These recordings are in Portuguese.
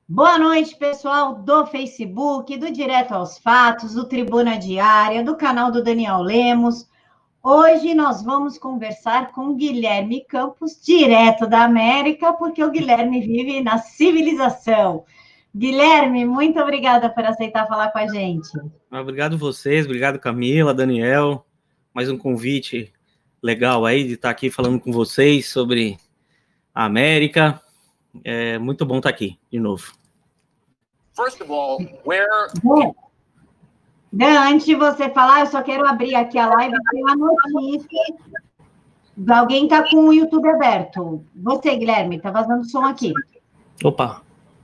Boa noite, pessoal do Facebook, do Direto aos Fatos, do Tribuna Diária, do canal do Daniel Lemos. Hoje nós vamos conversar com Guilherme Campos, direto da América, porque o Guilherme vive na civilização. Guilherme, muito obrigada por aceitar falar com a gente. Obrigado vocês, obrigado Camila, Daniel, mais um convite legal aí de estar aqui falando com vocês sobre a América. É muito bom estar aqui de novo. First of all, where... Dan, antes de você falar, eu só quero abrir aqui a live com uma notícia. Alguém está com o YouTube aberto. Você, Guilherme, está vazando som aqui. Opa.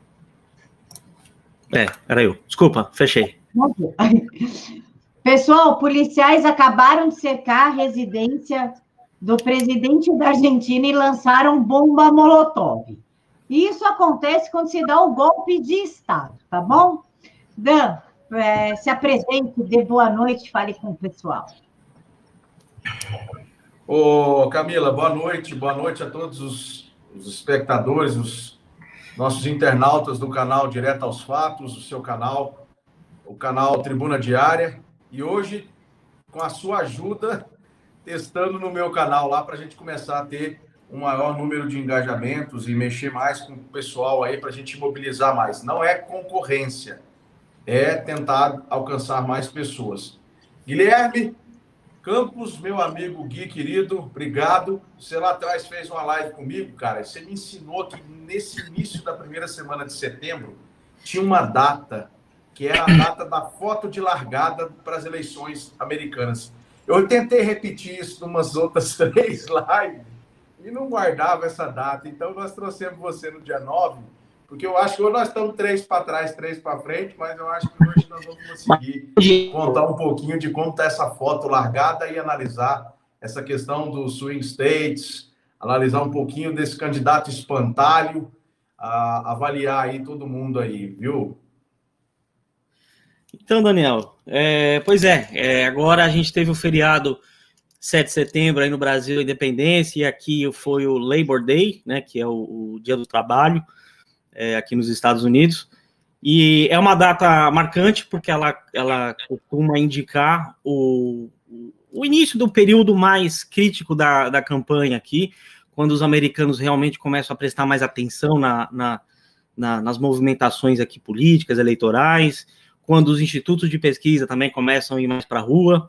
Era eu. Desculpa, fechei. Pessoal, policiais acabaram de cercar a residência do presidente da Argentina e lançaram bomba molotov. Isso acontece quando se dá o golpe de Estado, tá bom? Dan, se apresente, dê boa noite, fale com o pessoal. Ô, Camila, boa noite a todos os espectadores, os nossos internautas do canal Direto aos Fatos, o seu canal, o canal Tribuna Diária, e hoje, com a sua ajuda, testando no meu canal lá para a gente começar a ter um maior número de engajamentos e mexer mais com o pessoal aí para a gente mobilizar mais. Não é concorrência, é tentar alcançar mais pessoas. Guilherme Campos, meu amigo Gui, querido, obrigado. Você lá atrás fez uma live comigo, cara. Você me ensinou que nesse início da primeira semana de setembro tinha uma data, que era a data da foto de largada para as eleições americanas. Eu tentei repetir isso em umas outras 3 lives e não guardava essa data. Então, nós trouxemos você no dia 9, porque eu acho que hoje nós estamos 3 para trás, 3 para frente, mas eu acho que hoje nós vamos conseguir contar um pouquinho de como está essa foto largada e analisar essa questão dos swing states, analisar um pouquinho desse candidato espantalho, avaliar aí todo mundo aí, viu? Então, Daniel, agora a gente teve o feriado 7 de setembro aí no Brasil, a independência, e aqui foi o Labor Day, né, que é o Dia do Trabalho, aqui nos Estados Unidos, e é uma data marcante porque ela costuma indicar o início do período mais crítico da campanha aqui, quando os americanos realmente começam a prestar mais atenção nas movimentações aqui políticas, eleitorais, quando os institutos de pesquisa também começam a ir mais para a rua,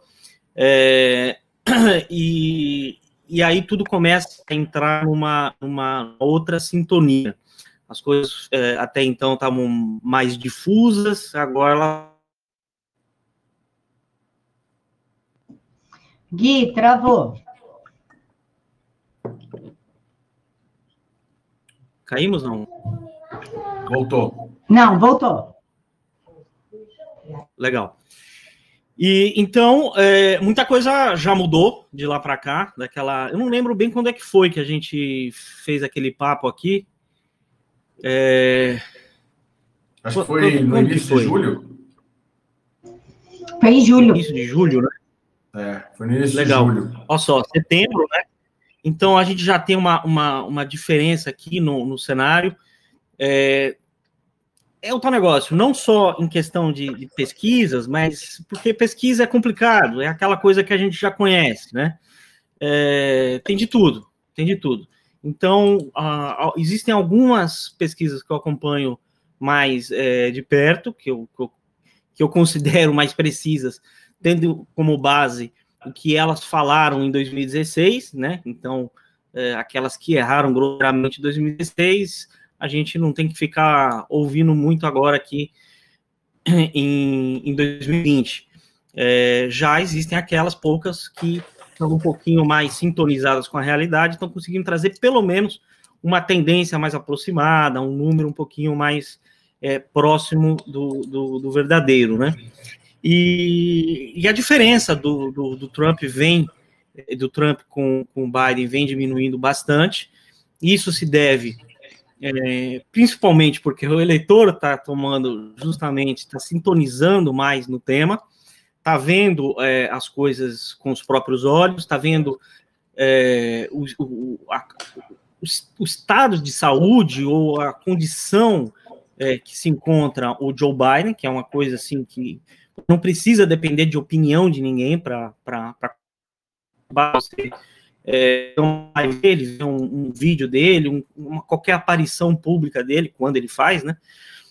e aí tudo começa a entrar numa outra sintonia. As coisas até então estavam mais difusas, agora... Gui, travou. Caímos, não? Voltou. Não, voltou. Legal. E então, muita coisa já mudou de lá para cá, eu não lembro bem quando é que foi que a gente fez aquele papo aqui. Acho que foi no início de julho. Foi em julho. Início de julho, né? Foi no início Legal. de julho. Olha só, setembro, né? Então, a gente já tem uma diferença aqui no cenário. É o tal negócio, não só em questão de pesquisas, mas porque pesquisa é complicado, é aquela coisa que a gente já conhece, né? Tem de tudo. Então, existem algumas pesquisas que eu acompanho mais de perto, que eu considero mais precisas, tendo como base o que elas falaram em 2016, né? Então, aquelas que erraram grosseiramente em 2016, a gente não tem que ficar ouvindo muito agora aqui em 2020. Já existem aquelas poucas que estão um pouquinho mais sintonizadas com a realidade, estão conseguindo trazer pelo menos uma tendência mais aproximada, um número um pouquinho mais próximo do verdadeiro, né? E a diferença do Trump com o Biden vem diminuindo bastante. Isso se deve principalmente porque o eleitor está sintonizando mais no tema, está vendo as coisas com os próprios olhos, está vendo o estado de saúde ou a condição que se encontra o Joe Biden, que é uma coisa assim que não precisa depender de opinião de ninguém para você ver um vídeo dele, qualquer aparição pública dele, quando ele faz, né?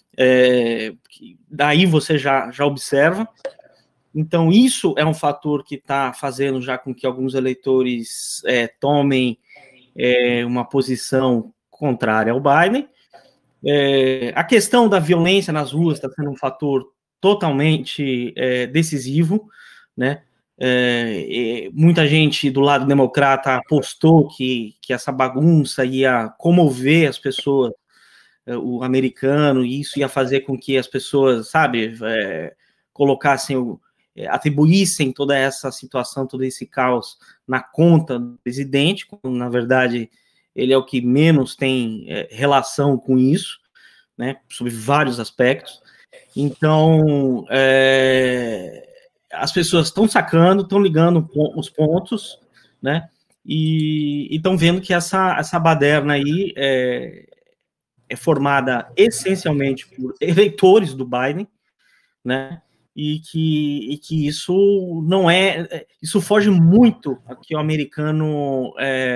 Daí você já observa. Então, isso é um fator que está fazendo já com que alguns eleitores tomem uma posição contrária ao Biden. A questão da violência nas ruas está sendo um fator totalmente decisivo, né? Muita gente do lado democrata apostou que essa bagunça ia comover as pessoas, o americano, e isso ia fazer com que as pessoas, sabe, colocassem, atribuíssem toda essa situação, todo esse caos na conta do presidente, quando, na verdade, ele é o que menos tem relação com isso, né, sobre vários aspectos. Então, as pessoas estão sacando, estão ligando os pontos, né, e estão vendo que essa baderna aí é formada essencialmente por eleitores do Biden, né, e que isso não isso foge muito ao que o americano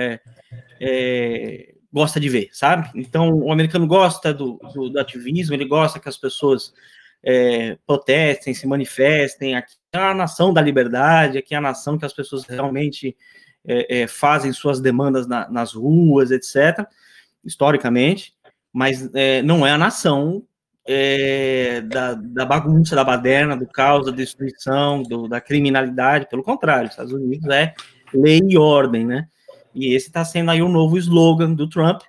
gosta de ver, sabe? Então, o americano gosta do ativismo, ele gosta que as pessoas protestem, se manifestem. Aqui é a nação da liberdade, aqui é a nação que as pessoas realmente fazem suas demandas nas ruas, etc., historicamente, mas não é a nação da bagunça, da baderna, do caos, da destruição, da criminalidade. Pelo contrário, os Estados Unidos é lei e ordem, né? E esse está sendo aí o novo slogan do Trump,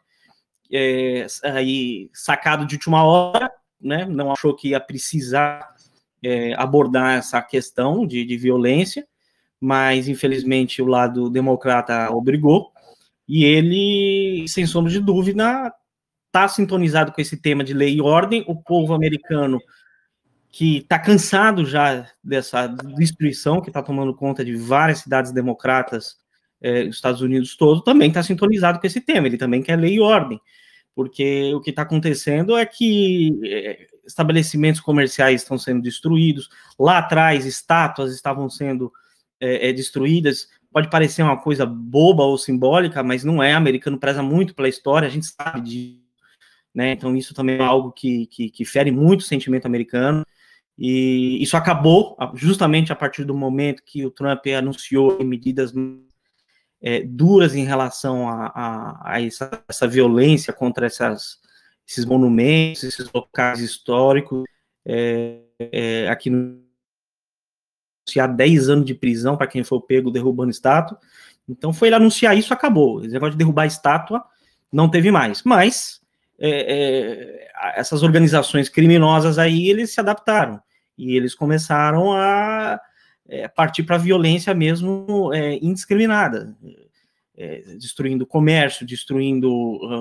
aí sacado de última hora, né? Não achou que ia precisar abordar essa questão de violência, mas infelizmente o lado democrata obrigou, e ele, sem sombra de dúvida, está sintonizado com esse tema de lei e ordem. O povo americano, que está cansado já dessa destruição que está tomando conta de várias cidades democratas, os Estados Unidos todo, também está sintonizado com esse tema. Ele também quer lei e ordem, porque o que está acontecendo é que estabelecimentos comerciais estão sendo destruídos. Lá atrás, estátuas estavam sendo destruídas. Pode parecer uma coisa boba ou simbólica, mas não é. O americano preza muito pela história, a gente sabe disso, né? Então isso também é algo que fere muito o sentimento americano, e isso acabou justamente a partir do momento que o Trump anunciou medidas duras em relação a essa violência contra esses monumentos, esses locais históricos. Aqui no anunciar 10 anos de prisão para quem for pego derrubando estátua. Então foi ele anunciar isso, acabou. Esse negócio de derrubar estátua não teve mais. Mas essas organizações criminosas aí, eles se adaptaram, e eles começaram a partir para a violência mesmo indiscriminada, destruindo comércio, destruindo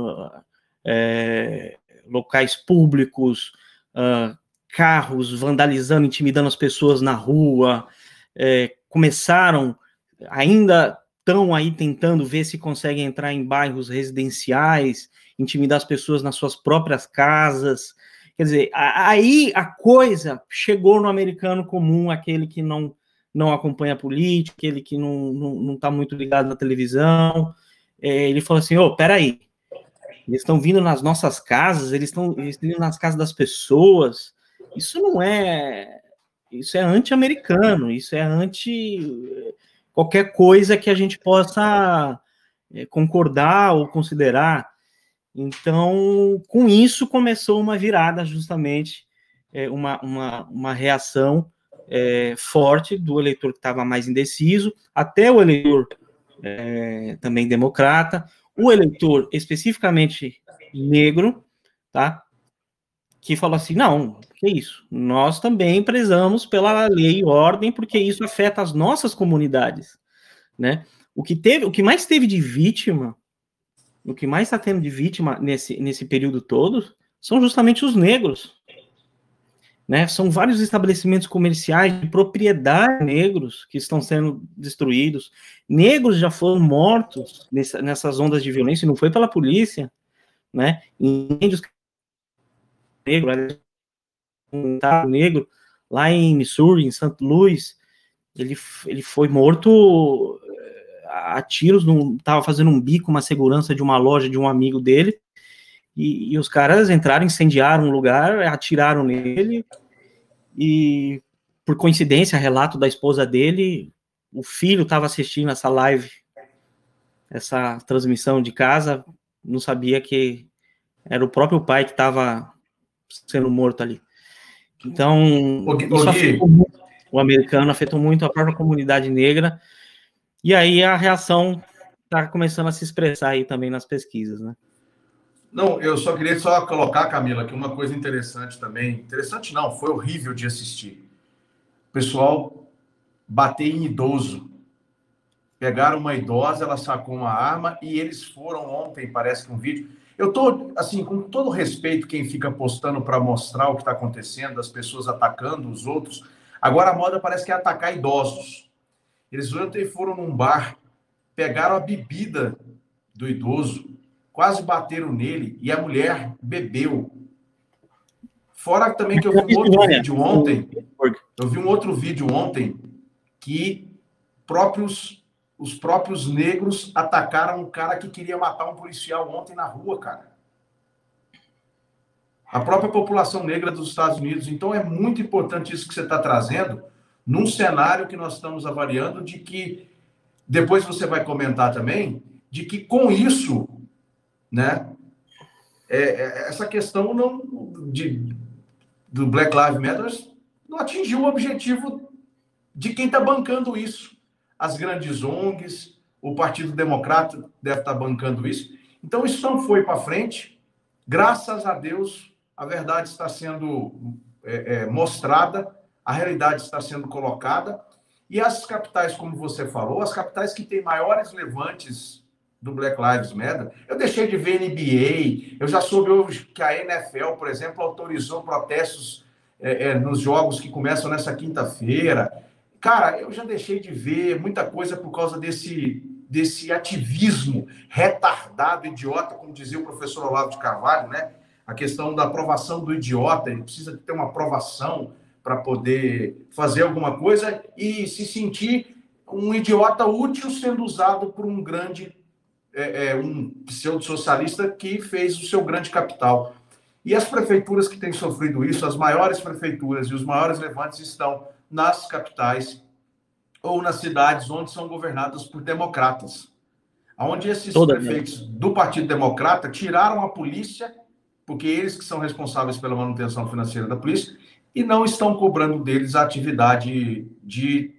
locais públicos, carros, vandalizando, intimidando as pessoas na rua. Ainda estão aí tentando ver se conseguem entrar em bairros residenciais, intimidar as pessoas nas suas próprias casas. Quer dizer, aí a coisa chegou no americano comum, aquele que não acompanha a política, aquele que não está muito ligado na televisão. Ele falou assim: peraí, eles estão vindo nas nossas casas, eles estão vindo nas casas das pessoas. Isso não é... Isso é anti-americano, isso é anti qualquer coisa que a gente possa concordar ou considerar. Então, com isso, começou uma virada, justamente, uma reação forte do eleitor que estava mais indeciso, até o eleitor também democrata, o eleitor especificamente negro, tá? Que falou assim: não, que isso? Nós também prezamos pela lei e ordem, porque isso afeta as nossas comunidades, né? O que mais teve de vítima, o que mais está tendo de vítima nesse período todo, são justamente os negros, né? São vários estabelecimentos comerciais de propriedade negros que estão sendo destruídos. Negros já foram mortos nessas ondas de violência, e não foi pela polícia, né? Índios negro, negro, lá em Missouri, em St. Louis, ele foi morto a tiros, estava fazendo um bico, uma segurança de uma loja de um amigo dele, e os caras entraram, incendiaram um lugar, atiraram nele, e por coincidência, relato da esposa dele, o filho estava assistindo essa live, essa transmissão de casa, não sabia que era o próprio pai que estava sendo morto ali. Então, isso afetou muito o americano, afetou muito a própria comunidade negra, e aí a reação está começando a se expressar aí também nas pesquisas, né? Não, eu só queria colocar, Camila, que uma coisa interessante também, interessante não, foi horrível de assistir. O pessoal bater em idoso. Pegaram uma idosa, ela sacou uma arma e eles foram ontem, parece que um vídeo. Eu tô, assim, com todo respeito quem fica postando para mostrar o que está acontecendo, as pessoas atacando os outros. Agora a moda parece que é atacar idosos. Eles ontem foram num bar, pegaram a bebida do idoso, quase bateram nele e a mulher bebeu. Fora também que eu vi um outro vídeo ontem, que os próprios negros atacaram um cara que queria matar um policial ontem na rua, cara. A própria população negra dos Estados Unidos. Então é muito importante isso que você está trazendo, num cenário que nós estamos avaliando, de que, depois você vai comentar também, de que com isso, né, essa questão do Black Lives Matter não atingiu o objetivo de quem está bancando isso. As grandes ONGs, o Partido Democrata deve estar bancando isso. Então, isso não foi para frente. Graças a Deus, a verdade está sendo mostrada, a realidade está sendo colocada. E as capitais, como você falou, as capitais que têm maiores levantes do Black Lives Matter, eu deixei de ver NBA, eu já soube hoje que a NFL, por exemplo, autorizou protestos nos jogos que começam nessa quinta-feira. Cara, eu já deixei de ver muita coisa por causa desse ativismo retardado, idiota, como dizia o professor Olavo de Carvalho, né? A questão da aprovação do idiota, ele precisa ter uma aprovação para poder fazer alguma coisa e se sentir um idiota útil sendo usado por um grande, um pseudo-socialista que fez o seu grande capital. E as prefeituras que têm sofrido isso, as maiores prefeituras e os maiores levantes estão nas capitais ou nas cidades onde são governadas por democratas. Onde esses prefeitos do Partido Democrata tiraram a polícia, porque eles que são responsáveis pela manutenção financeira da polícia, e não estão cobrando deles a atividade de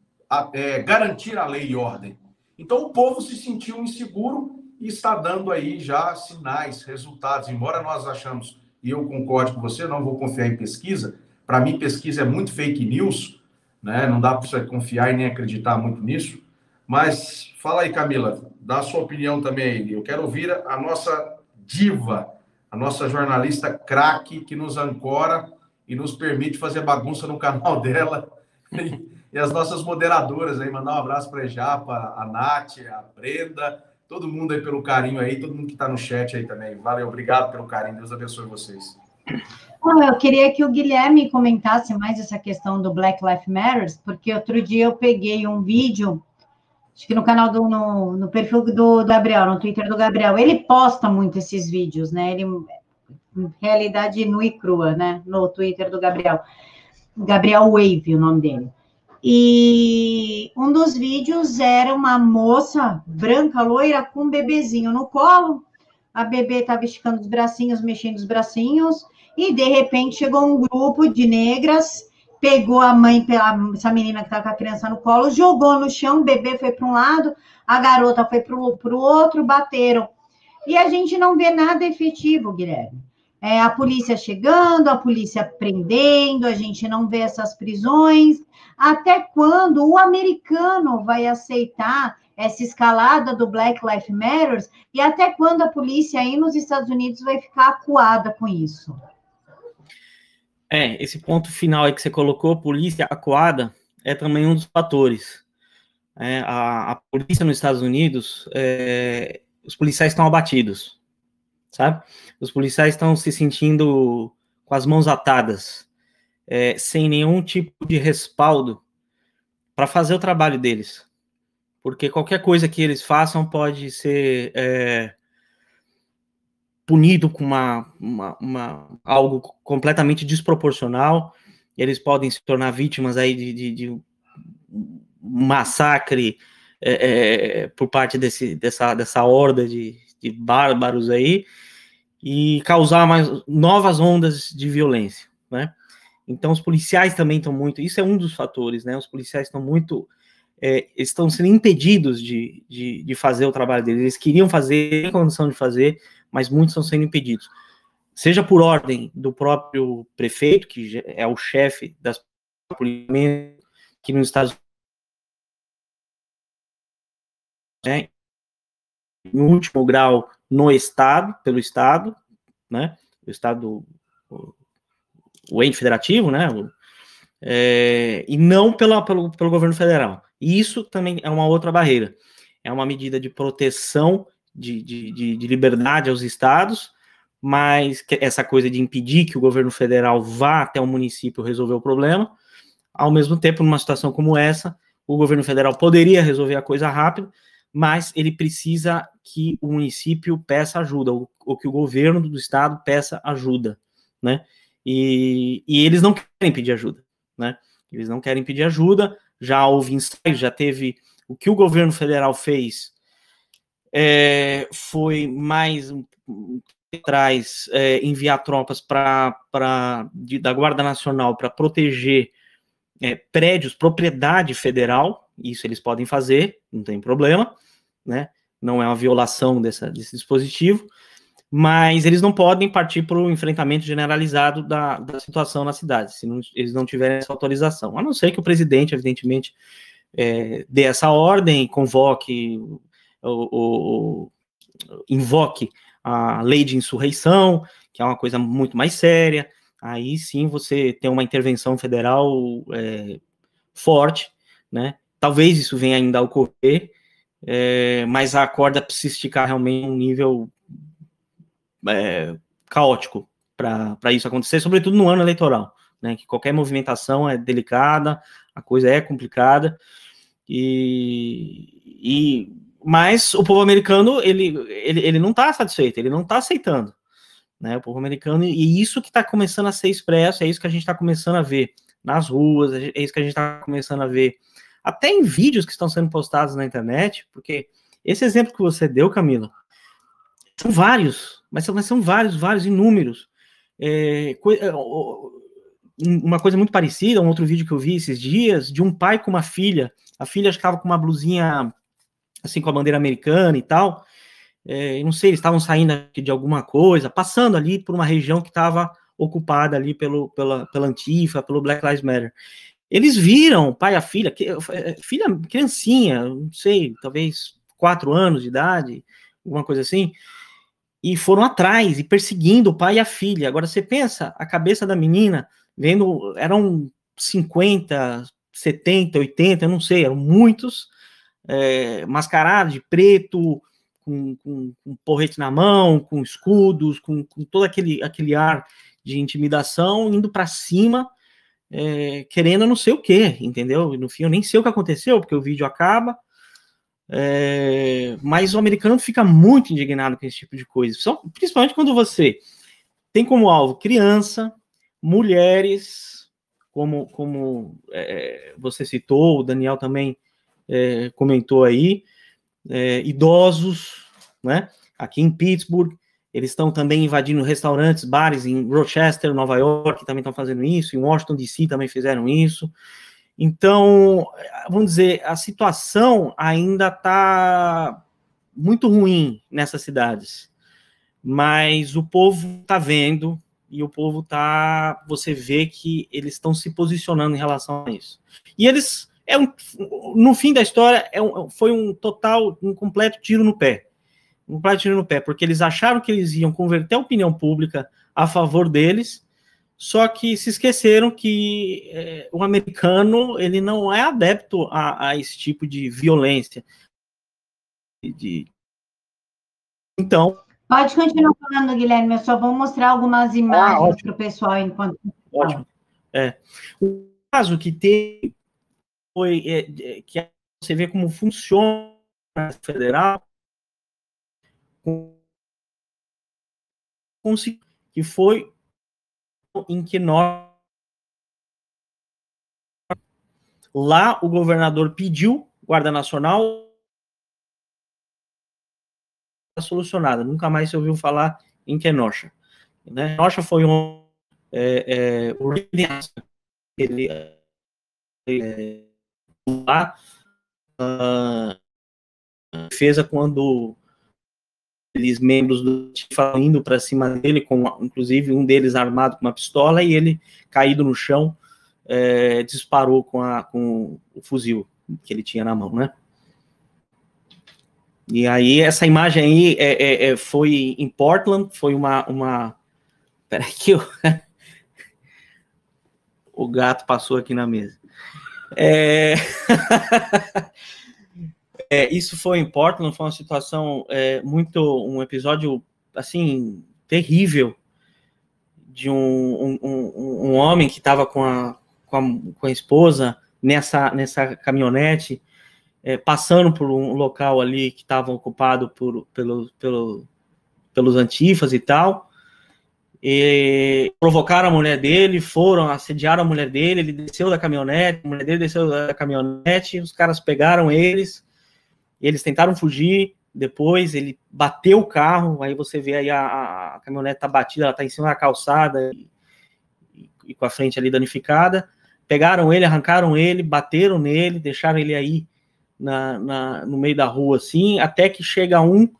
garantir a lei e ordem. Então o povo se sentiu inseguro e está dando aí já sinais, resultados. Embora nós achamos, e eu concordo com você, não vou confiar em pesquisa. Para mim, pesquisa é muito fake news, né? Não dá para você confiar e nem acreditar muito nisso. Mas fala aí, Camila, dá a sua opinião também. Eu quero ouvir a nossa diva, a nossa jornalista craque que nos ancora e nos permite fazer bagunça no canal dela. E as nossas moderadoras aí, mandar um abraço para a Japa, a Nath, a Brenda, todo mundo aí pelo carinho aí, todo mundo que está no chat aí também. Valeu, obrigado pelo carinho, Deus abençoe vocês. Eu queria que o Guilherme comentasse mais essa questão do Black Lives Matter, porque outro dia eu peguei um vídeo, acho que no canal no perfil do Gabriel, no Twitter do Gabriel, ele posta muito esses vídeos, né? Ele, realidade nua e crua, né? No Twitter do Gabriel. Gabriel Wave, o nome dele. E um dos vídeos era uma moça branca, loira, com um bebezinho no colo. A bebê estava esticando os bracinhos, mexendo os bracinhos, e de repente chegou um grupo de negras, pegou a mãe, essa menina que estava com a criança no colo, jogou no chão, o bebê foi para um lado, a garota foi para o outro, bateram. E a gente não vê nada efetivo, Guilherme. A polícia chegando, a polícia prendendo, a gente não vê essas prisões. Até quando o americano vai aceitar essa escalada do Black Lives Matter e até quando a polícia aí nos Estados Unidos vai ficar acuada com isso? Esse ponto final aí que você colocou, polícia acuada, é também um dos fatores. A polícia nos Estados Unidos, os policiais estão abatidos, sabe? Os policiais estão se sentindo com as mãos atadas, sem nenhum tipo de respaldo para fazer o trabalho deles. Porque qualquer coisa que eles façam pode ser punido com algo completamente desproporcional. Eles podem se tornar vítimas aí de um massacre por parte dessa horda de bárbaros aí, e causar novas ondas de violência, né? Então, os policiais também estão muito... Isso é um dos fatores, né? Os policiais estão muito... estão sendo impedidos de fazer o trabalho deles. Eles queriam fazer, têm condição de fazer, mas muitos estão sendo impedidos. Seja por ordem do próprio prefeito, que é o chefe das polícias, que nos Estados Unidos, né, em último grau, no Estado, pelo Estado, né? O Estado, o ente federativo, né? E não pelo governo federal. E isso também é uma outra barreira. É uma medida de proteção de liberdade aos estados, mas essa coisa de impedir que o governo federal vá até o município resolver o problema. Ao mesmo tempo, numa situação como essa, o governo federal poderia resolver a coisa rápido, mas ele precisa que o município peça ajuda, ou que o governo do estado peça ajuda, né? E eles não querem pedir ajuda, né? Eles não querem pedir ajuda. Já houve ensaios, já teve... O que o governo federal fez foi mais atrás enviar tropas da Guarda Nacional para proteger prédios, propriedade federal. Isso eles podem fazer, não tem problema, né? Não é uma violação desse dispositivo, mas eles não podem partir para o enfrentamento generalizado da situação na cidade, se eles não tiverem essa autorização, a não ser que o presidente, evidentemente, dê essa ordem, convoque, invoque a lei de insurreição, que é uma coisa muito mais séria. Aí sim você tem uma intervenção federal forte, né? Talvez isso venha ainda a ocorrer, mas a corda precisa esticar realmente um nível caótico para isso acontecer, sobretudo no ano eleitoral, né? Que qualquer movimentação é delicada, a coisa é complicada, mas o povo americano, ele não está satisfeito, ele não está aceitando, né? O povo americano, e isso que está começando a ser expresso, é isso que a gente está começando a ver nas ruas, é isso que a gente está começando a ver até em vídeos que estão sendo postados na internet, porque esse exemplo que você deu, Camila, são vários, mas são vários, inúmeros. Uma coisa muito parecida, um outro vídeo que eu vi esses dias, de um pai com uma filha. A filha estava com uma blusinha assim, com a bandeira americana e tal. Não sei, eles estavam saindo de alguma coisa, passando ali por uma região que estava ocupada ali pela Antifa, pelo Black Lives Matter. Eles viram o pai e a filha, criancinha, não sei, talvez 4 anos de idade, alguma coisa assim, e foram atrás e perseguindo o pai e a filha. Agora você pensa, a cabeça da menina, vendo, eram 50, 70, 80, eu não sei, eram muitos, mascarados de preto, com porrete na mão, com escudos, com todo aquele ar de intimidação, indo para cima, querendo não sei o que, entendeu? E no fim eu nem sei o que aconteceu, porque o vídeo acaba, mas o americano fica muito indignado com esse tipo de coisa, principalmente quando você tem como alvo criança, mulheres, como você citou, o Daniel também comentou aí, idosos, né? Aqui em Pittsburgh, eles estão também invadindo restaurantes, bares em Rochester, Nova York, também estão fazendo isso, em Washington, D.C. também fizeram isso. Então, vamos dizer, a situação ainda está muito ruim nessas cidades, mas o povo está vendo, e o povo está, você vê que eles estão se posicionando em relação a isso. E eles, no fim da história, foi um completo tiro no pé. Porque eles acharam que eles iam converter a opinião pública a favor deles, só que se esqueceram que o americano, ele não é adepto a esse tipo de violência. Então, Pode continuar falando, Guilherme, eu só vou mostrar algumas imagens para o pessoal enquanto... Ótimo. O caso que teve foi que você vê como funciona a federal, que foi em que lá o governador pediu Guarda Nacional solucionada, nunca mais se ouviu falar em Kenosha. Né? Kenosha foi o ele lá defesa quando eles membros do time indo para cima dele, com inclusive um deles armado com uma pistola, e ele caído no chão disparou com o fuzil que ele tinha na mão, né? E aí essa imagem aí foi em Portland, foi uma... Peraí que o gato passou aqui na mesa. Isso foi em Portland, foi uma situação um episódio, assim, terrível, de um homem que estava com a esposa nessa caminhonete, passando por um local ali que estava ocupado pelos antifas e tal, e provocaram a mulher dele, assediaram a mulher dele, ele desceu da caminhonete, a mulher dele desceu da caminhonete, os caras pegaram eles tentaram fugir, depois ele bateu o carro, aí você vê aí a caminhonete tá batida, ela tá em cima da calçada e com a frente ali danificada, pegaram ele, arrancaram ele, bateram nele, deixaram ele aí no meio da rua, assim, até que chega um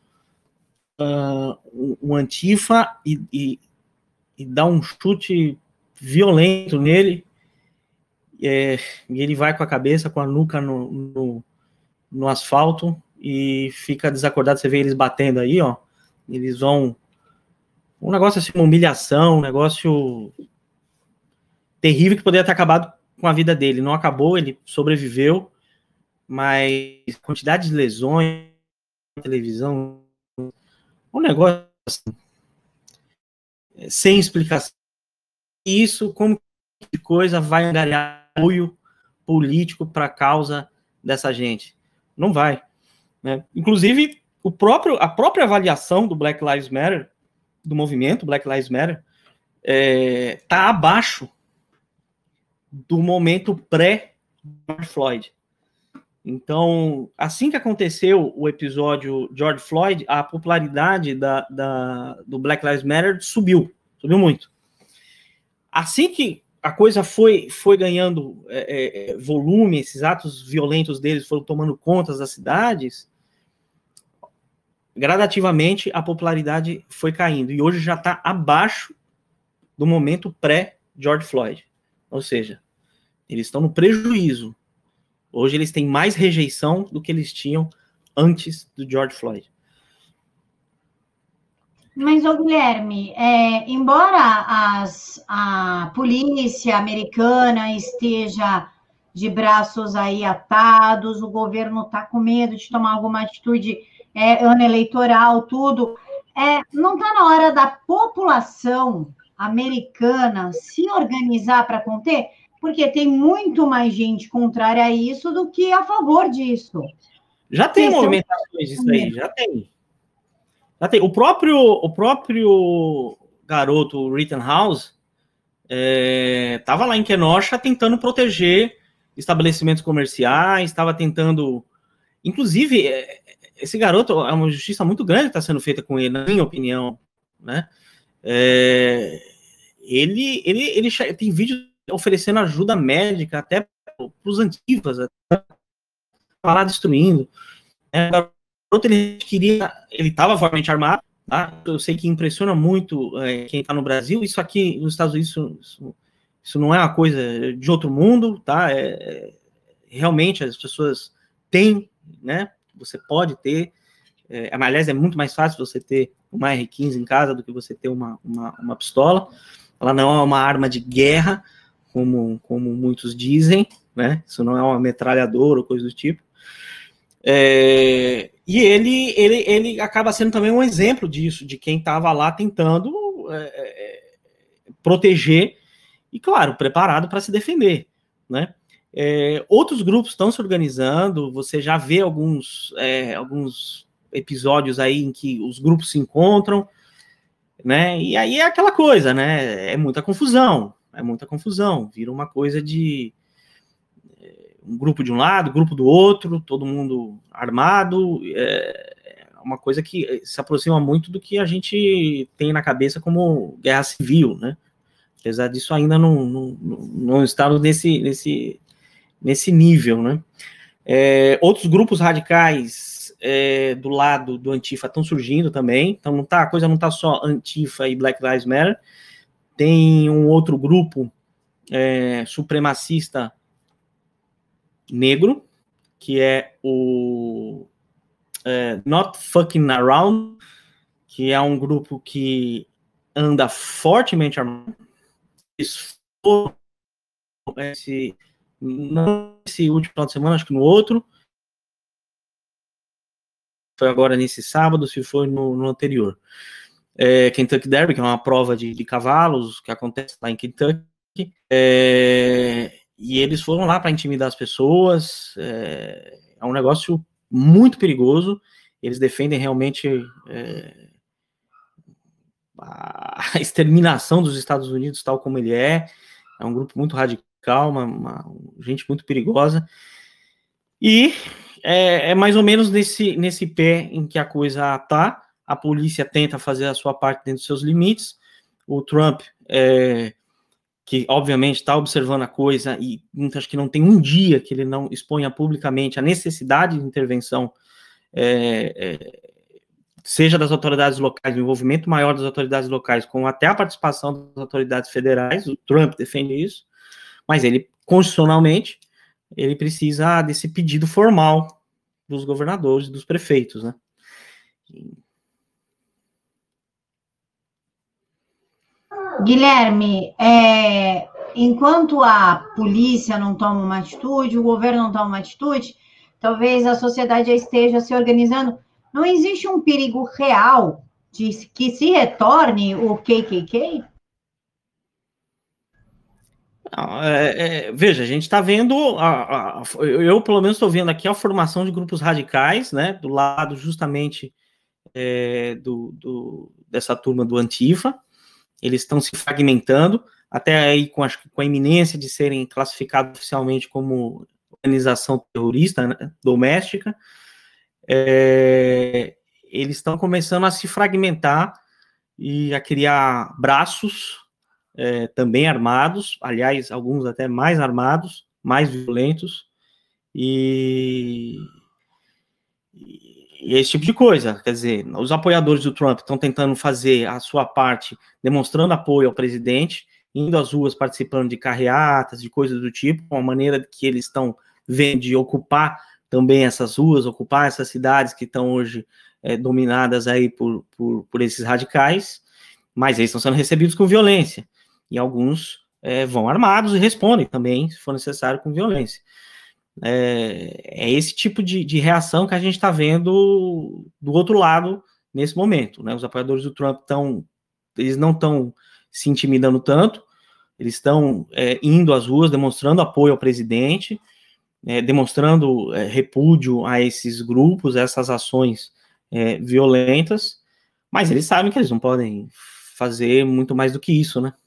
antifa e dá um chute violento nele, e ele vai com a cabeça, com a nuca no asfalto e fica desacordado. Você vê eles batendo aí, ó. Eles vão... Um negócio assim, uma humilhação, um negócio terrível que poderia ter acabado com a vida dele. Não acabou, ele sobreviveu, mas quantidade de lesões na televisão, um negócio assim, sem explicação. E isso, como que coisa vai angariar apoio político para a causa dessa gente? Não vai. Né? Inclusive, a própria avaliação do Black Lives Matter, do movimento Black Lives Matter, está abaixo do momento pré-George Floyd. Então, assim que aconteceu o episódio George Floyd, a popularidade do Black Lives Matter subiu muito. Assim que a coisa foi ganhando volume, esses atos violentos deles foram tomando conta das cidades, gradativamente a popularidade foi caindo, e hoje já está abaixo do momento pré-George Floyd. Ou seja, eles estão no prejuízo. Hoje eles têm mais rejeição do que eles tinham antes do George Floyd. Mas, Guilherme, embora a polícia americana esteja de braços aí atados, o governo está com medo de tomar alguma atitude ano eleitoral, tudo, não está na hora da população americana se organizar para conter? Porque tem muito mais gente contrária a isso do que a favor disso. Já tem movimentações disso aí, já tem. O próprio garoto Rittenhouse estava lá em Kenosha tentando proteger estabelecimentos comerciais, estava tentando... Inclusive, esse garoto, é uma justiça muito grande que está sendo feita com ele, na minha opinião. Né? Ele tem vídeos oferecendo ajuda médica até para os antifas, lá destruindo. Ele estava fortemente armado, tá? Eu sei que impressiona muito quem está no Brasil. Isso aqui nos Estados Unidos, isso não é uma coisa de outro mundo, tá? Realmente as pessoas têm, né? Você pode ter, aliás, é muito mais fácil você ter uma R15 em casa do que você ter uma pistola. Ela não é uma arma de guerra, como muitos dizem, né? Isso não é uma metralhadora ou coisa do tipo. E E ele acaba sendo também um exemplo disso, de quem estava lá tentando proteger e, claro, preparado para se defender, né? Outros grupos estão se organizando, você já vê alguns episódios aí em que os grupos se encontram, né? E aí é aquela coisa, né? É muita confusão, vira uma coisa de um grupo de um lado, grupo do outro, todo mundo armado, uma coisa que se aproxima muito do que a gente tem na cabeça como guerra civil, né? Apesar disso ainda não está nesse nível, né? Outros grupos radicais do lado do Antifa estão surgindo também, então a coisa não está só Antifa e Black Lives Matter, tem um outro grupo supremacista negro, que é o Not Fucking Around, que é um grupo que anda fortemente armado. Não esse último final de semana, acho que no outro. Foi agora nesse sábado, se foi no anterior. Kentucky Derby, que é uma prova de cavalos que acontece lá em Kentucky. E eles foram lá para intimidar as pessoas. É um negócio muito perigoso. Eles defendem realmente a exterminação dos Estados Unidos tal como ele é. É um grupo muito radical, uma gente muito perigosa. E é mais ou menos nesse pé em que a coisa está. A polícia tenta fazer a sua parte dentro dos seus limites. O Trump, que obviamente está observando a coisa, e acho que não tem um dia que ele não exponha publicamente a necessidade de intervenção, seja das autoridades locais, o envolvimento maior das autoridades locais, com até a participação das autoridades federais. O Trump defende isso, mas ele, constitucionalmente, ele precisa desse pedido formal dos governadores e dos prefeitos, né? Guilherme, enquanto a polícia não toma uma atitude, o governo não toma uma atitude, talvez a sociedade já esteja se organizando. Não existe um perigo real de que se retorne o KKK? Veja, a gente está vendo, eu pelo menos estou vendo aqui a formação de grupos radicais, né, do lado justamente dessa turma do Antifa. Eles estão se fragmentando, até aí com a iminência de serem classificados oficialmente como organização terrorista, né, doméstica. Eles estão começando a se fragmentar e a criar braços também armados, aliás, alguns até mais armados, mais violentos, e esse tipo de coisa. Quer dizer, os apoiadores do Trump estão tentando fazer a sua parte, demonstrando apoio ao presidente, indo às ruas, participando de carreatas, de coisas do tipo, uma maneira que eles estão vendo de ocupar também essas ruas, ocupar essas cidades que estão hoje dominadas aí por esses radicais, mas eles estão sendo recebidos com violência, e alguns vão armados e respondem também, se for necessário, com violência. É esse tipo de reação que a gente está vendo do outro lado nesse momento, né? Os apoiadores do Trump eles não estão se intimidando tanto, eles estão indo às ruas, demonstrando apoio ao presidente, demonstrando repúdio a esses grupos, a essas ações violentas, mas eles sabem que eles não podem fazer muito mais do que isso, né?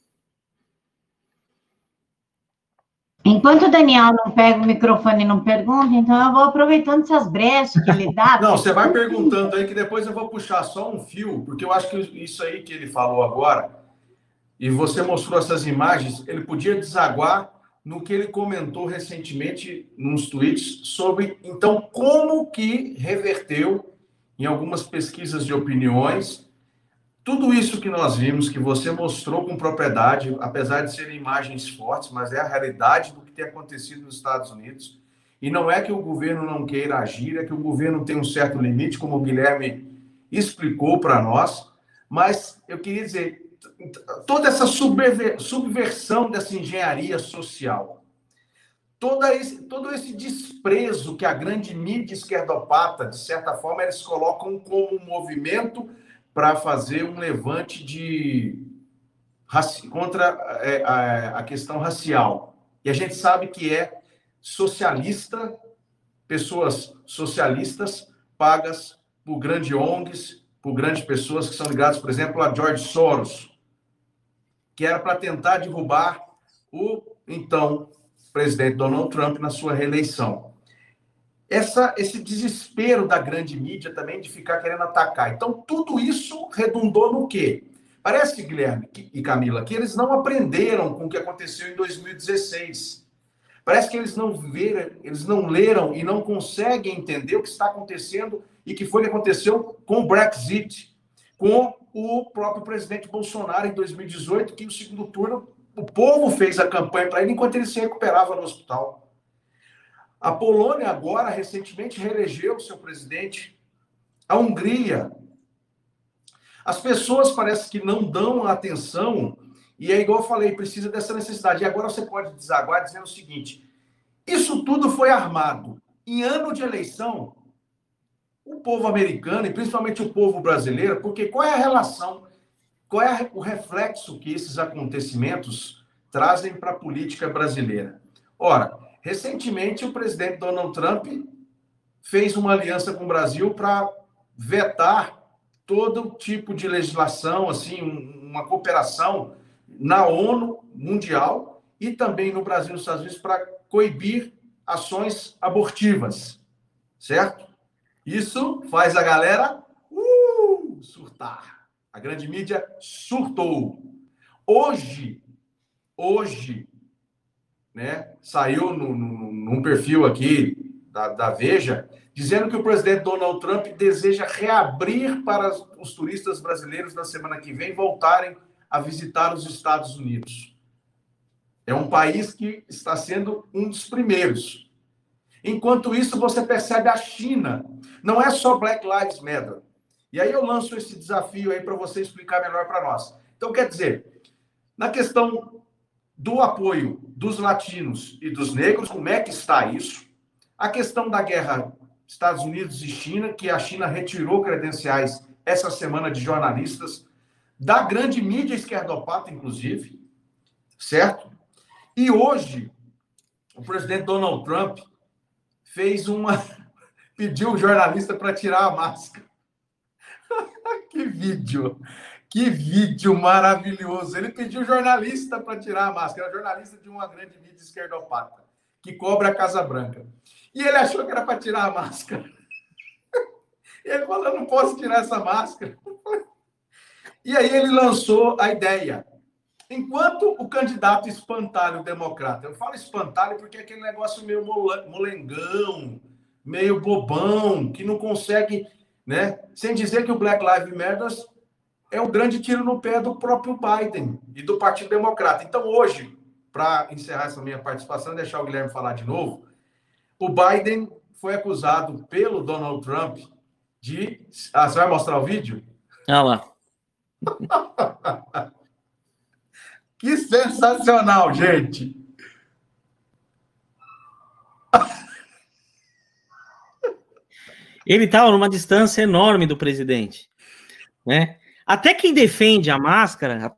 Enquanto o Daniel não pega o microfone e não pergunta, então eu vou aproveitando essas brechas que ele dá. Não, você vai perguntando aí que depois eu vou puxar só um fio, porque eu acho que isso aí que ele falou agora, e você mostrou essas imagens, ele podia desaguar no que ele comentou recentemente nos tweets sobre, então, como que reverteu em algumas pesquisas de opiniões tudo isso que nós vimos, que você mostrou com propriedade, apesar de serem imagens fortes, mas é a realidade do que tem acontecido nos Estados Unidos. E não é que o governo não queira agir, é que o governo tem um certo limite, como o Guilherme explicou para nós. Mas eu queria dizer, toda essa subversão dessa engenharia social, todo esse desprezo que a grande mídia esquerdopata, de certa forma, eles colocam como um movimento para fazer um levante contra a questão racial. E a gente sabe que é socialista, pessoas socialistas pagas por grandes ONGs, por grandes pessoas que são ligadas, por exemplo, a George Soros, que era para tentar derrubar o, então, presidente Donald Trump na sua reeleição. Esse desespero da grande mídia também de ficar querendo atacar. Então, tudo isso redundou no quê? Parece, Guilherme e Camila, que eles não aprenderam com o que aconteceu em 2016. Parece que eles não leram e não conseguem entender o que está acontecendo e que foi o que aconteceu com o Brexit, com o próprio presidente Bolsonaro em 2018, que no segundo turno o povo fez a campanha para ele enquanto ele se recuperava no hospital. A Polônia agora, recentemente, reelegeu seu presidente. A Hungria. As pessoas parece que não dão atenção, e é igual eu falei, precisa dessa necessidade. E agora você pode desaguar dizendo o seguinte, isso tudo foi armado. Em ano de eleição, o povo americano, e principalmente o povo brasileiro, porque qual é a relação, qual é o reflexo que esses acontecimentos trazem para a política brasileira? Ora, recentemente o presidente Donald Trump fez uma aliança com o Brasil para vetar todo tipo de legislação, assim, uma cooperação na ONU mundial e também no Brasil e nos Estados Unidos para coibir ações abortivas, certo? Isso faz a galera surtar. A grande mídia surtou. Hoje, né, saiu num perfil aqui da Veja, dizendo que o presidente Donald Trump deseja reabrir para os turistas brasileiros na semana que vem voltarem a visitar os Estados Unidos. É um país que está sendo um dos primeiros. Enquanto isso, você percebe a China. Não é só Black Lives Matter. E aí eu lanço esse desafio aí para você explicar melhor para nós. Então, quer dizer, na questão do apoio dos latinos e dos negros, como é que está isso? A questão da guerra Estados Unidos e China, que a China retirou credenciais essa semana de jornalistas, da grande mídia esquerdopata, inclusive, certo? E hoje, o presidente Donald Trump pediu o jornalista para tirar a máscara. Que vídeo maravilhoso. Ele pediu o jornalista para tirar a máscara, jornalista de uma grande mídia esquerdopata, que cobra a Casa Branca. E ele achou que era para tirar a máscara. E ele falou, eu não posso tirar essa máscara. E aí ele lançou a ideia. Enquanto o candidato espantalho democrata, eu falo espantalho porque é aquele negócio meio molengão, meio bobão, que não consegue, né? Sem dizer que o Black Lives Matter é um grande tiro no pé do próprio Biden e do Partido Democrata. Então, hoje, para encerrar essa minha participação, deixar o Guilherme falar de novo, o Biden foi acusado pelo Donald Trump de... Ah, você vai mostrar o vídeo? Ah lá. Que sensacional, gente! Ele estava numa distância enorme do presidente, né? Até quem defende a máscara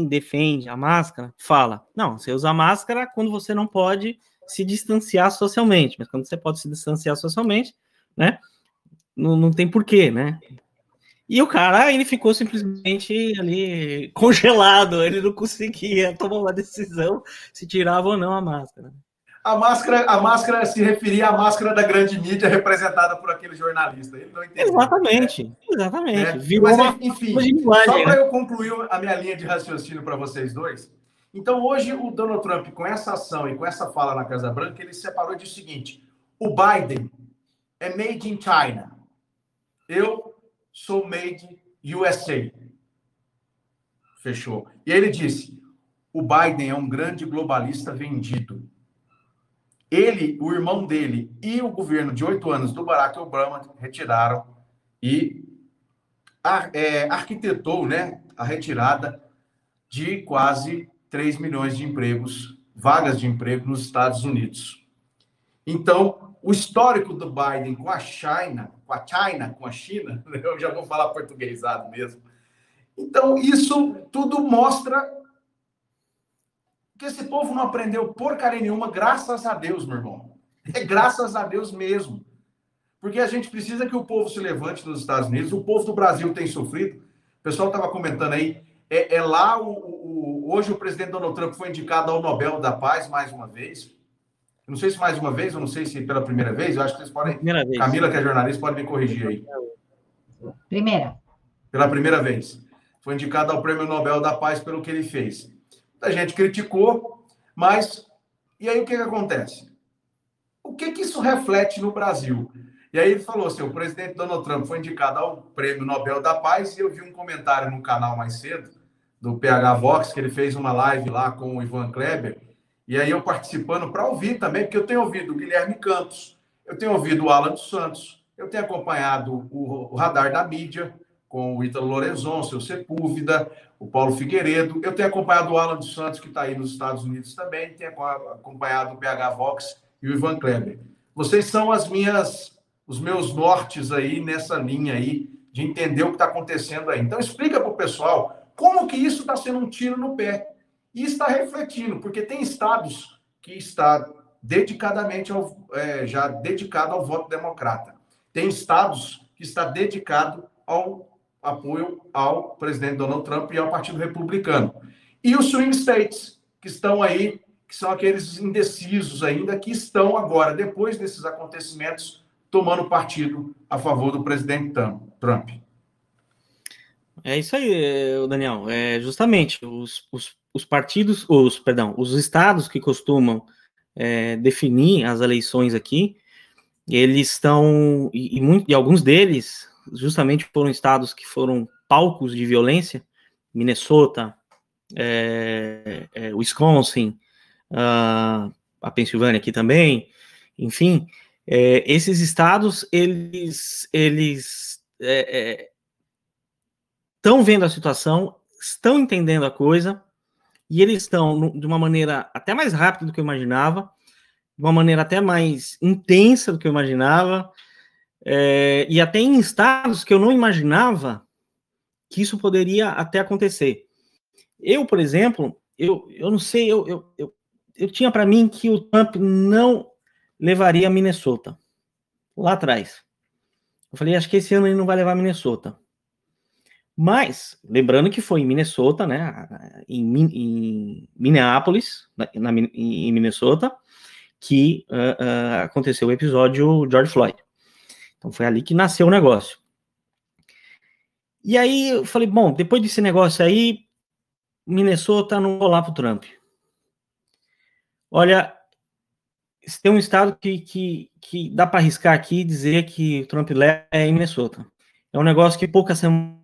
fala, não, você usa máscara quando você não pode se distanciar socialmente, mas quando você pode se distanciar socialmente, né? Não tem porquê, né? E o cara, ele ficou simplesmente ali congelado, ele não conseguia tomar uma decisão se tirava ou não a máscara. A máscara se referia à máscara da grande mídia representada por aquele jornalista. Ele não entendeu. Exatamente. Né? Virou mas, uma enfim, linguagem, só para eu concluir a minha linha de raciocínio para vocês dois. Então, hoje, o Donald Trump, com essa ação e com essa fala na Casa Branca, ele separou e disse o seguinte, o Biden é made in China. Eu sou made USA. Fechou. E ele disse, o Biden é um grande globalista vendido. Ele, o irmão dele e o governo de 8 anos do Barack Obama retiraram e arquitetou, né, a retirada de quase 3 milhões de empregos, vagas de emprego nos Estados Unidos. Então, o histórico do Biden com a China, eu já vou falar portuguesado mesmo. Então, isso tudo mostra que esse povo não aprendeu porcaria nenhuma, graças a Deus, meu irmão. É graças a Deus mesmo. Porque a gente precisa que o povo se levante nos Estados Unidos. O povo do Brasil tem sofrido. O pessoal estava comentando aí. Lá, hoje o presidente Donald Trump foi indicado ao Nobel da Paz mais uma vez. Eu não sei se mais uma vez, eu não sei se pela primeira vez. Eu acho que vocês podem... Camila, que é jornalista, pode me corrigir aí. Primeira. Pela primeira vez. Foi indicado ao Prêmio Nobel da Paz pelo que ele fez. A gente criticou, mas... E aí o que acontece? O que isso reflete no Brasil? E aí ele falou assim, o presidente Donald Trump foi indicado ao Prêmio Nobel da Paz, e eu vi um comentário no canal mais cedo, do PH Vox, que ele fez uma live lá com o Ivan Kleber, e aí eu participando para ouvir também, porque eu tenho ouvido o Guilherme Campos, eu tenho ouvido o Alan dos Santos, eu tenho acompanhado o Radar da Mídia, com o Ítalo Lorenzon, seu Sepúlveda, o Paulo Figueiredo, eu tenho acompanhado o Alan dos Santos, que está aí nos Estados Unidos também, tenho acompanhado o PH Vox e o Ivan Kleber. Vocês são os meus nortes aí nessa linha aí de entender o que está acontecendo aí. Então, explica para o pessoal como que isso está sendo um tiro no pé. E está refletindo, porque tem estados que está dedicadamente já dedicado ao voto democrata. Tem estados que está dedicado ao apoio ao presidente Donald Trump e ao Partido Republicano. E os swing states, que estão aí, que são aqueles indecisos ainda, que estão agora, depois desses acontecimentos, tomando partido a favor do presidente Trump. É isso aí, Daniel. Justamente os partidos, os estados que costumam definir as eleições aqui, eles estão, e alguns deles, justamente foram estados que foram palcos de violência, Minnesota, Wisconsin, a Pensilvânia aqui também, enfim, esses estados, eles estão vendo a situação, estão entendendo a coisa, e eles estão de uma maneira até mais rápida do que eu imaginava, de uma maneira até mais intensa do que eu imaginava, e até em estados que eu não imaginava que isso poderia até acontecer. Eu, por exemplo, eu não sei, eu tinha para mim que o Trump não levaria Minnesota, lá atrás. Eu falei, acho que esse ano ele não vai levar Minnesota. Mas, lembrando que foi em Minnesota, né, em Minneapolis, em Minnesota, que aconteceu o episódio George Floyd. Então foi ali que nasceu o negócio. E aí eu falei, bom, depois desse negócio aí, Minnesota não vou lá pro Trump. Olha, se tem um estado que dá para arriscar aqui e dizer que o Trump leva em Minnesota. É um negócio que poucas semanas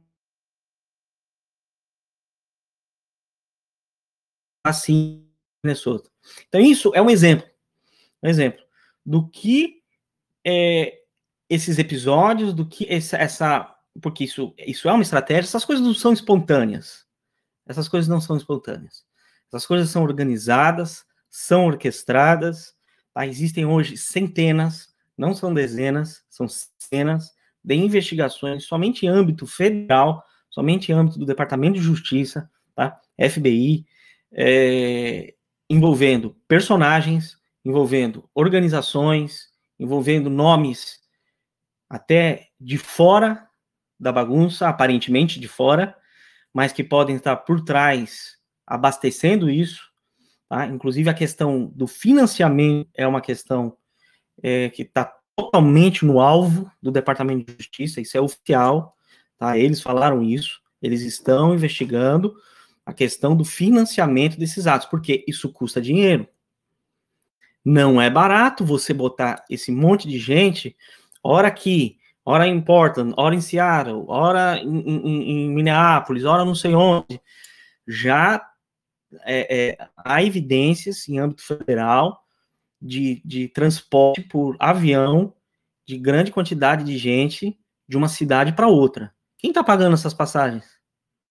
assim Minnesota. Então isso é um exemplo do que esses episódios, do que porque isso é uma estratégia. Essas coisas não são espontâneas. Essas coisas não são espontâneas. Essas coisas são organizadas, são orquestradas. Tá? Existem hoje centenas, não são dezenas, são centenas de investigações somente em âmbito federal, somente em âmbito do Departamento de Justiça, tá? FBI, envolvendo personagens, envolvendo organizações, envolvendo nomes até de fora da bagunça, aparentemente de fora, mas que podem estar por trás abastecendo isso, tá? Inclusive a questão do financiamento é uma questão que está totalmente no alvo do Departamento de Justiça, isso é oficial, tá? Eles falaram isso, eles estão investigando a questão do financiamento desses atos, porque isso custa dinheiro. Não é barato você botar esse monte de gente, ora aqui, ora em Portland, ora em Seattle, ora em Minneapolis, ora não sei onde. Já há evidências em âmbito federal de transporte por avião de grande quantidade de gente de uma cidade para outra. Quem está pagando essas passagens?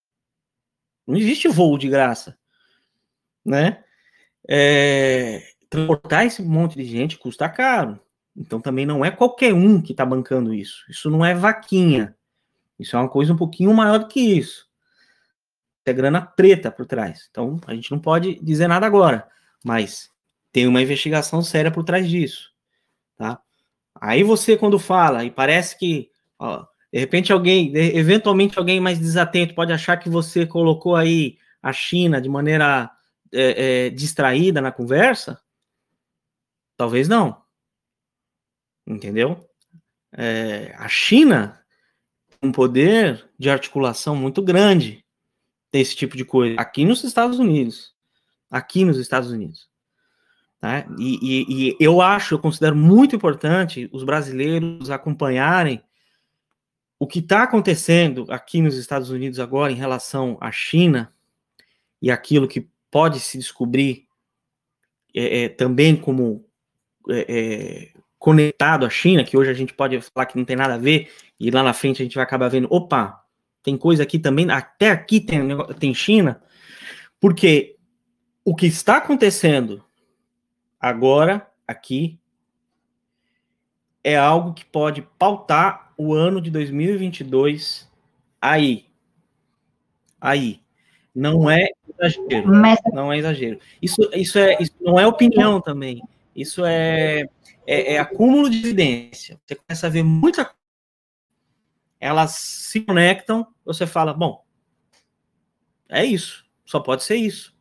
Não existe voo de graça, né? transportar esse monte de gente custa caro. Então também não é qualquer um que está bancando isso. Isso não é vaquinha. Isso é uma coisa um pouquinho maior do que isso. É grana preta por trás. Então a gente não pode dizer nada agora, mas tem uma investigação séria por trás disso, tá? Aí você, quando fala, e parece que, ó, de repente eventualmente alguém mais desatento pode achar que você colocou aí a China de maneira distraída na conversa, talvez não. Entendeu? A China tem um poder de articulação muito grande desse tipo de coisa aqui nos Estados Unidos. Aqui nos Estados Unidos. Tá? E eu considero muito importante os brasileiros acompanharem o que está acontecendo aqui nos Estados Unidos agora em relação à China e aquilo que pode se descobrir também como conectado à China, que hoje a gente pode falar que não tem nada a ver, e lá na frente a gente vai acabar vendo, opa, tem coisa aqui também, até aqui tem China, porque o que está acontecendo agora, aqui, é algo que pode pautar o ano de 2022 aí. Não é exagero. Não é exagero. Isso não é opinião também. Isso é acúmulo de evidência. Você começa a ver muita coisa. Elas se conectam, você fala, bom, é isso. Só pode ser isso.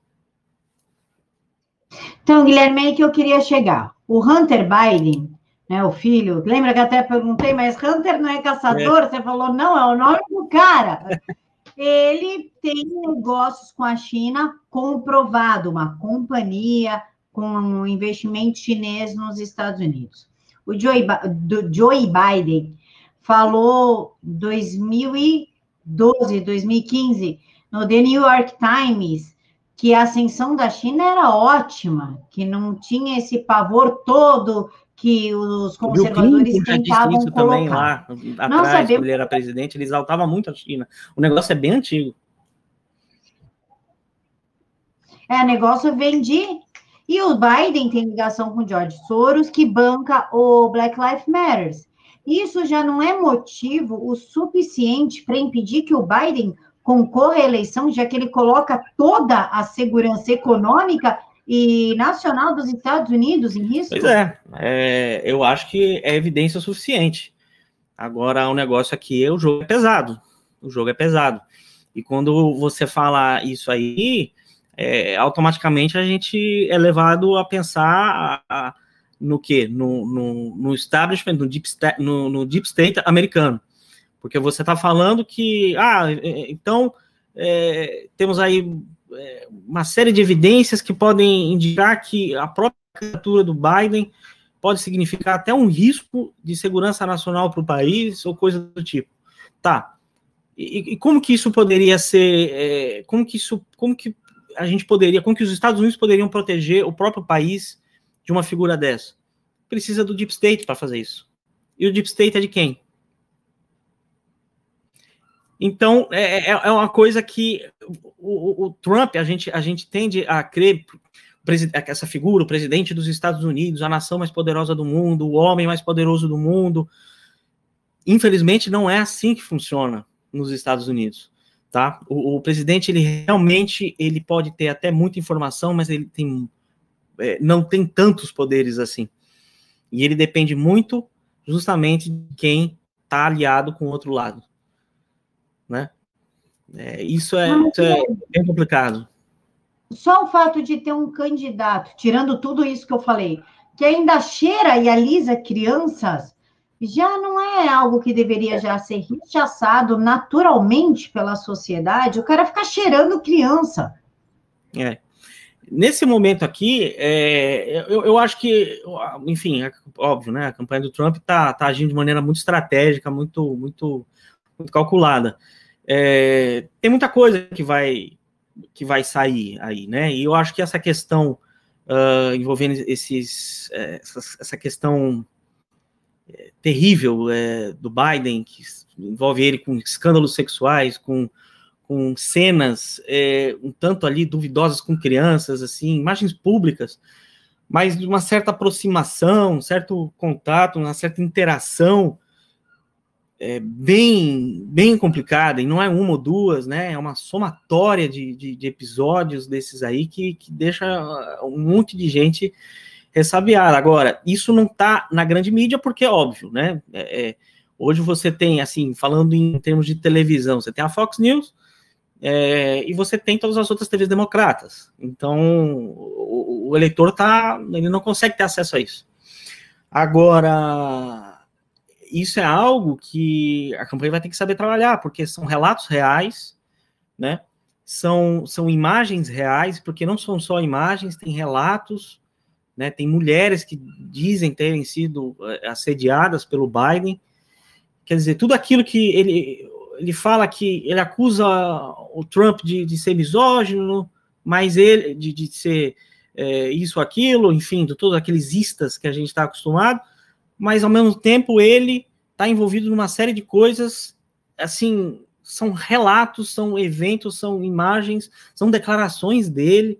Então, Guilherme, aí que eu queria chegar. O Hunter Biden, né, o filho, lembra que até perguntei, mas Hunter não é caçador? Você falou, não, é o nome do cara. Ele tem negócios com a China comprovado, uma companhia com um investimento chinês nos Estados Unidos. O Joe Biden falou em 2012, 2015, no The New York Times, que a ascensão da China era ótima, que não tinha esse pavor todo que os conservadores tentavam isso colocar. Também lá atrás, quando ele era presidente, ele exaltava muito a China. O negócio é bem antigo. O negócio vem de... E o Biden tem ligação com o George Soros, que banca o Black Lives Matter. Isso já não é motivo o suficiente para impedir que o Biden concorra à eleição, já que ele coloca toda a segurança econômica e nacional dos Estados Unidos em risco? Pois eu acho que é evidência suficiente. Agora, o negócio aqui o jogo é pesado. O jogo é pesado. E quando você fala isso aí, automaticamente a gente é levado a pensar no quê? No establishment, no deep state americano. Porque você está falando que, então, temos aí uma série de evidências que podem indicar que a própria candidatura do Biden pode significar até um risco de segurança nacional para o país ou coisa do tipo. Tá. E como que isso poderia ser, como que os Estados Unidos poderiam proteger o próprio país de uma figura dessa? Precisa do Deep State para fazer isso. E o Deep State é de quem? Então, é uma coisa que o Trump, a gente tende a crer, essa figura, o presidente dos Estados Unidos, a nação mais poderosa do mundo, o homem mais poderoso do mundo. Infelizmente, não é assim que funciona nos Estados Unidos, tá? O presidente, ele realmente, ele pode ter até muita informação, mas ele não tem tantos poderes assim. E ele depende muito, justamente, de quem está aliado com o outro lado. Né? Isso é bem complicado. Só o fato de ter um candidato, tirando tudo isso que eu falei, que ainda cheira e alisa crianças, já não é algo que deveria já ser rechaçado naturalmente pela sociedade, o cara fica cheirando criança. Nesse momento aqui, eu acho que, enfim, óbvio, né? A campanha do Trump tá agindo de maneira muito estratégica, muito, muito, muito calculada. Tem muita coisa que vai sair aí, né? E eu acho que essa questão envolvendo essa questão terrível do Biden, que envolve ele com escândalos sexuais, com cenas um tanto ali duvidosas com crianças, assim, imagens públicas, mas de uma certa aproximação, um certo contato, uma certa interação bem complicada, e não é uma ou duas, né? É uma somatória de episódios desses aí que deixa um monte de gente ressabiada. Agora, isso não está na grande mídia porque é óbvio, né? Hoje você tem, assim, falando em termos de televisão, você tem a Fox News e você tem todas as outras TVs democratas. Então, o eleitor ele não consegue ter acesso a isso. Agora, isso é algo que a campanha vai ter que saber trabalhar, porque são relatos reais, né? São imagens reais, porque não são só imagens, tem relatos, né? Tem mulheres que dizem terem sido assediadas pelo Biden. Quer dizer, tudo aquilo que ele fala, que ele acusa o Trump de ser misógino, mas ele de ser isso, aquilo, enfim, de todos aqueles istas que a gente está acostumado, mas, ao mesmo tempo, ele está envolvido numa série de coisas, assim, são relatos, são eventos, são imagens, são declarações dele,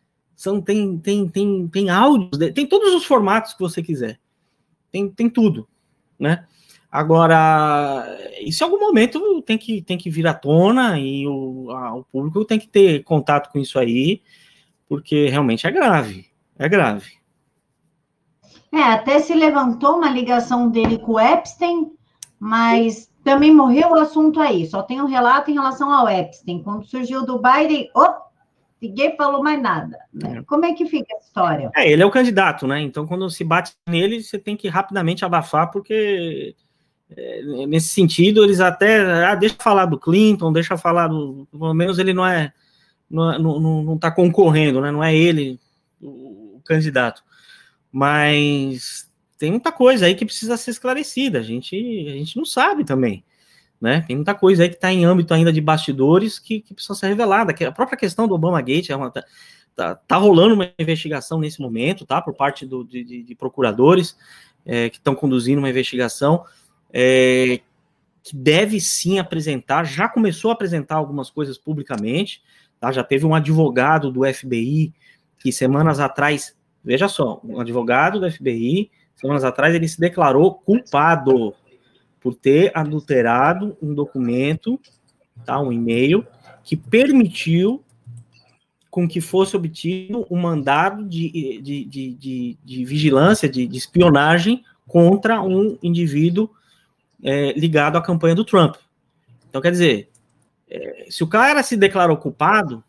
tem áudios dele, tem todos os formatos que você quiser, tem tudo, né? Agora, isso em algum momento tem que vir à tona e o público tem que ter contato com isso aí, porque realmente é grave, é grave. Até se levantou uma ligação dele com o Epstein, mas também morreu o assunto aí. Só tem um relato em relação ao Epstein. Quando surgiu do Biden, ninguém falou mais nada. Né? Como é que fica a história? Ele é o candidato, né? Então, quando se bate nele, você tem que rapidamente abafar, porque nesse sentido, eles até deixa falar do Clinton, deixa falar pelo menos ele não está concorrendo, né? Não é ele o candidato. Mas tem muita coisa aí que precisa ser esclarecida, a gente não sabe também, né? Tem muita coisa aí que está em âmbito ainda de bastidores que precisa ser revelada, que a própria questão do Obamagate tá rolando uma investigação nesse momento, tá? Por parte de procuradores que estão conduzindo uma investigação que deve sim apresentar, já começou a apresentar algumas coisas publicamente, tá? Já teve um advogado do FBI que semanas atrás, veja só, um advogado do FBI, semanas atrás, ele se declarou culpado por ter adulterado um documento, tá, um e-mail, que permitiu com que fosse obtido um mandado de vigilância, de espionagem contra um indivíduo ligado à campanha do Trump. Então, quer dizer, se o cara se declarou culpado,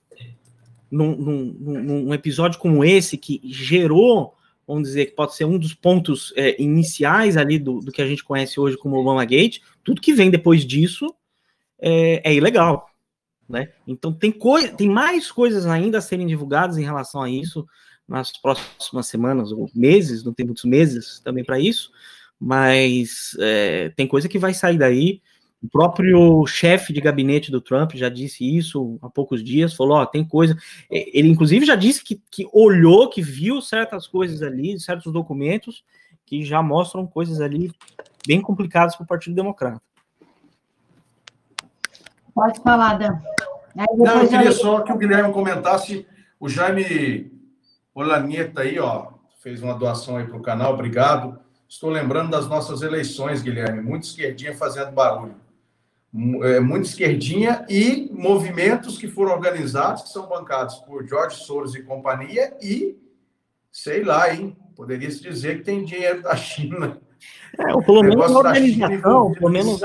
num episódio como esse, que gerou, vamos dizer, que pode ser um dos pontos iniciais ali do que a gente conhece hoje como Obamagate, tudo que vem depois disso é ilegal, né? Então tem mais coisas ainda a serem divulgadas em relação a isso nas próximas semanas ou meses, não tem muitos meses também para isso, mas tem coisa que vai sair daí. O próprio chefe de gabinete do Trump já disse isso há poucos dias, falou, tem coisa... Ele, inclusive, já disse que olhou, que viu certas coisas ali, certos documentos, que já mostram coisas ali bem complicadas para o Partido Democrata. Pode falar, Dan. Não, eu queria só que o Guilherme comentasse, o Jaime Olaneta aí, fez uma doação aí para o canal, obrigado. Estou lembrando das nossas eleições, Guilherme, muito esquerdinha fazendo barulho. Muito esquerdinha e movimentos que foram organizados, que são bancados por George Soros e companhia e, sei lá, poderia-se dizer que tem dinheiro da China. Ou pelo menos a organização, pelo menos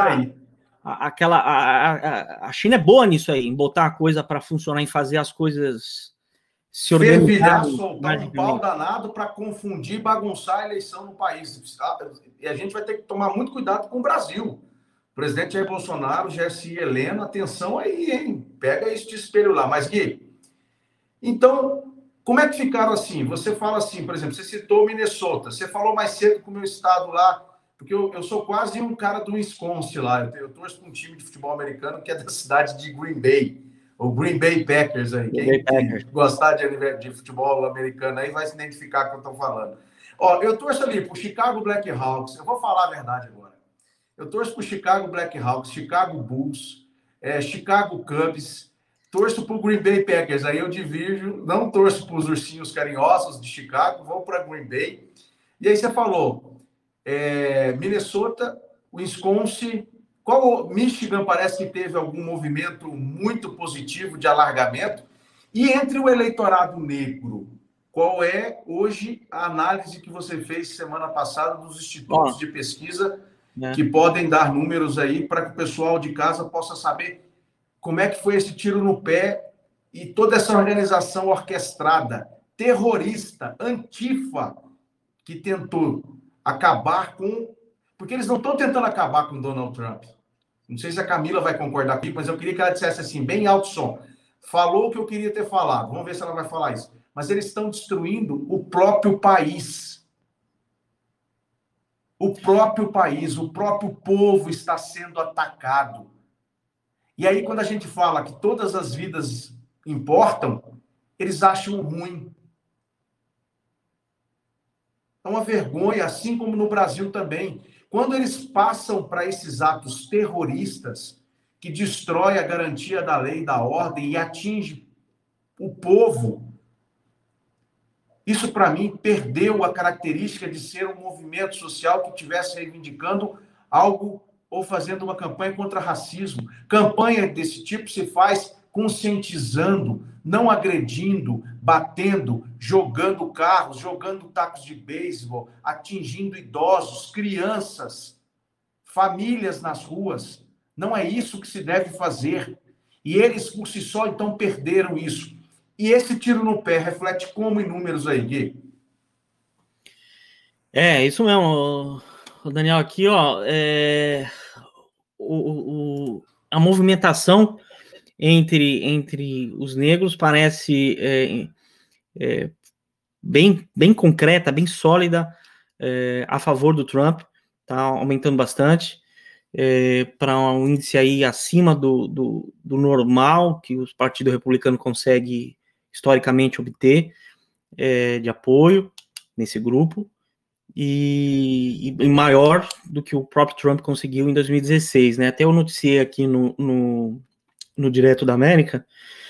a China é boa nisso aí, em botar a coisa para funcionar, em fazer as coisas se organizar. Soltar um pau danado para confundir e bagunçar a eleição no país. E a gente vai ter que tomar muito cuidado com o Brasil. O presidente Jair Bolsonaro, GSI Helena, atenção aí, hein? Pega esse espelho lá. Mas, Gui, então, como é que ficaram assim? Você fala assim, por exemplo, você citou Minnesota, você falou mais cedo com o meu estado lá, porque eu sou quase um cara do Wisconsin lá, eu torço para um time de futebol americano que é da cidade de Green Bay, o Green Bay Packers aí. Quem gostar de futebol americano aí vai se identificar com o que eu estou falando. Eu torço ali para o Chicago Blackhawks, eu vou falar a verdade agora. Eu torço para o Chicago Blackhawks, Chicago Bulls, Chicago Cubs, torço para o Green Bay Packers, aí eu divirjo, não torço para os ursinhos carinhosos de Chicago, vou para Green Bay. E aí você falou, Minnesota, Wisconsin, Michigan parece que teve algum movimento muito positivo de alargamento. E entre o eleitorado negro, qual é hoje a análise que você fez semana passada dos institutos de pesquisa que podem dar números aí para que o pessoal de casa possa saber como é que foi esse tiro no pé e toda essa organização orquestrada, terrorista, antifa, que tentou acabar com... Porque eles não estão tentando acabar com Donald Trump. Não sei se a Camila vai concordar comigo, mas eu queria que ela dissesse assim, bem alto som. Falou o que eu queria ter falado. Vamos ver se ela vai falar isso. Mas eles estão destruindo o próprio país. O próprio país, o próprio povo está sendo atacado. E aí, quando a gente fala que todas as vidas importam, eles acham ruim. É uma vergonha, assim como no Brasil também. Quando eles passam para esses atos terroristas, que destrói a garantia da lei e da ordem e atinge o povo, isso, para mim, perdeu a característica de ser um movimento social que estivesse reivindicando algo ou fazendo uma campanha contra racismo. Campanha desse tipo se faz conscientizando, não agredindo, batendo, jogando carros, jogando tacos de beisebol, atingindo idosos, crianças, famílias nas ruas. Não é isso que se deve fazer. E eles, por si só, então, perderam isso. E esse tiro no pé reflete como em números aí, Gui? Isso mesmo, Daniel, aqui, a movimentação entre os negros parece bem concreta, bem sólida, a favor do Trump, está aumentando bastante, para um índice aí acima do normal, que o Partido Republicano consegue historicamente obter de apoio nesse grupo, e maior do que o próprio Trump conseguiu em 2016, né? Até eu noticiei aqui no Direto da América,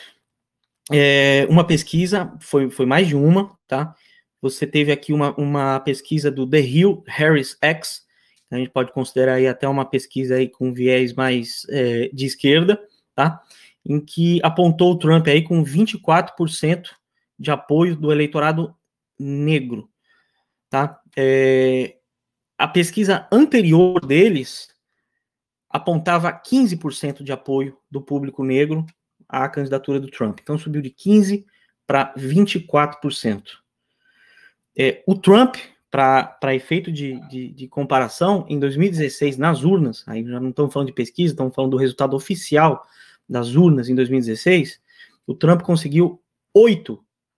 uma pesquisa, foi mais de uma, tá? Você teve aqui uma pesquisa do The Hill Harris X, a gente pode considerar aí até uma pesquisa aí com viés mais de esquerda, tá? Em que apontou o Trump aí com 24% de apoio do eleitorado negro, tá? A pesquisa anterior deles apontava 15% de apoio do público negro à candidatura do Trump. Então subiu de 15% para 24%. O Trump, para efeito de comparação, em 2016, nas urnas, aí já não estamos falando de pesquisa, estamos falando do resultado oficial das urnas em 2016, o Trump conseguiu 8%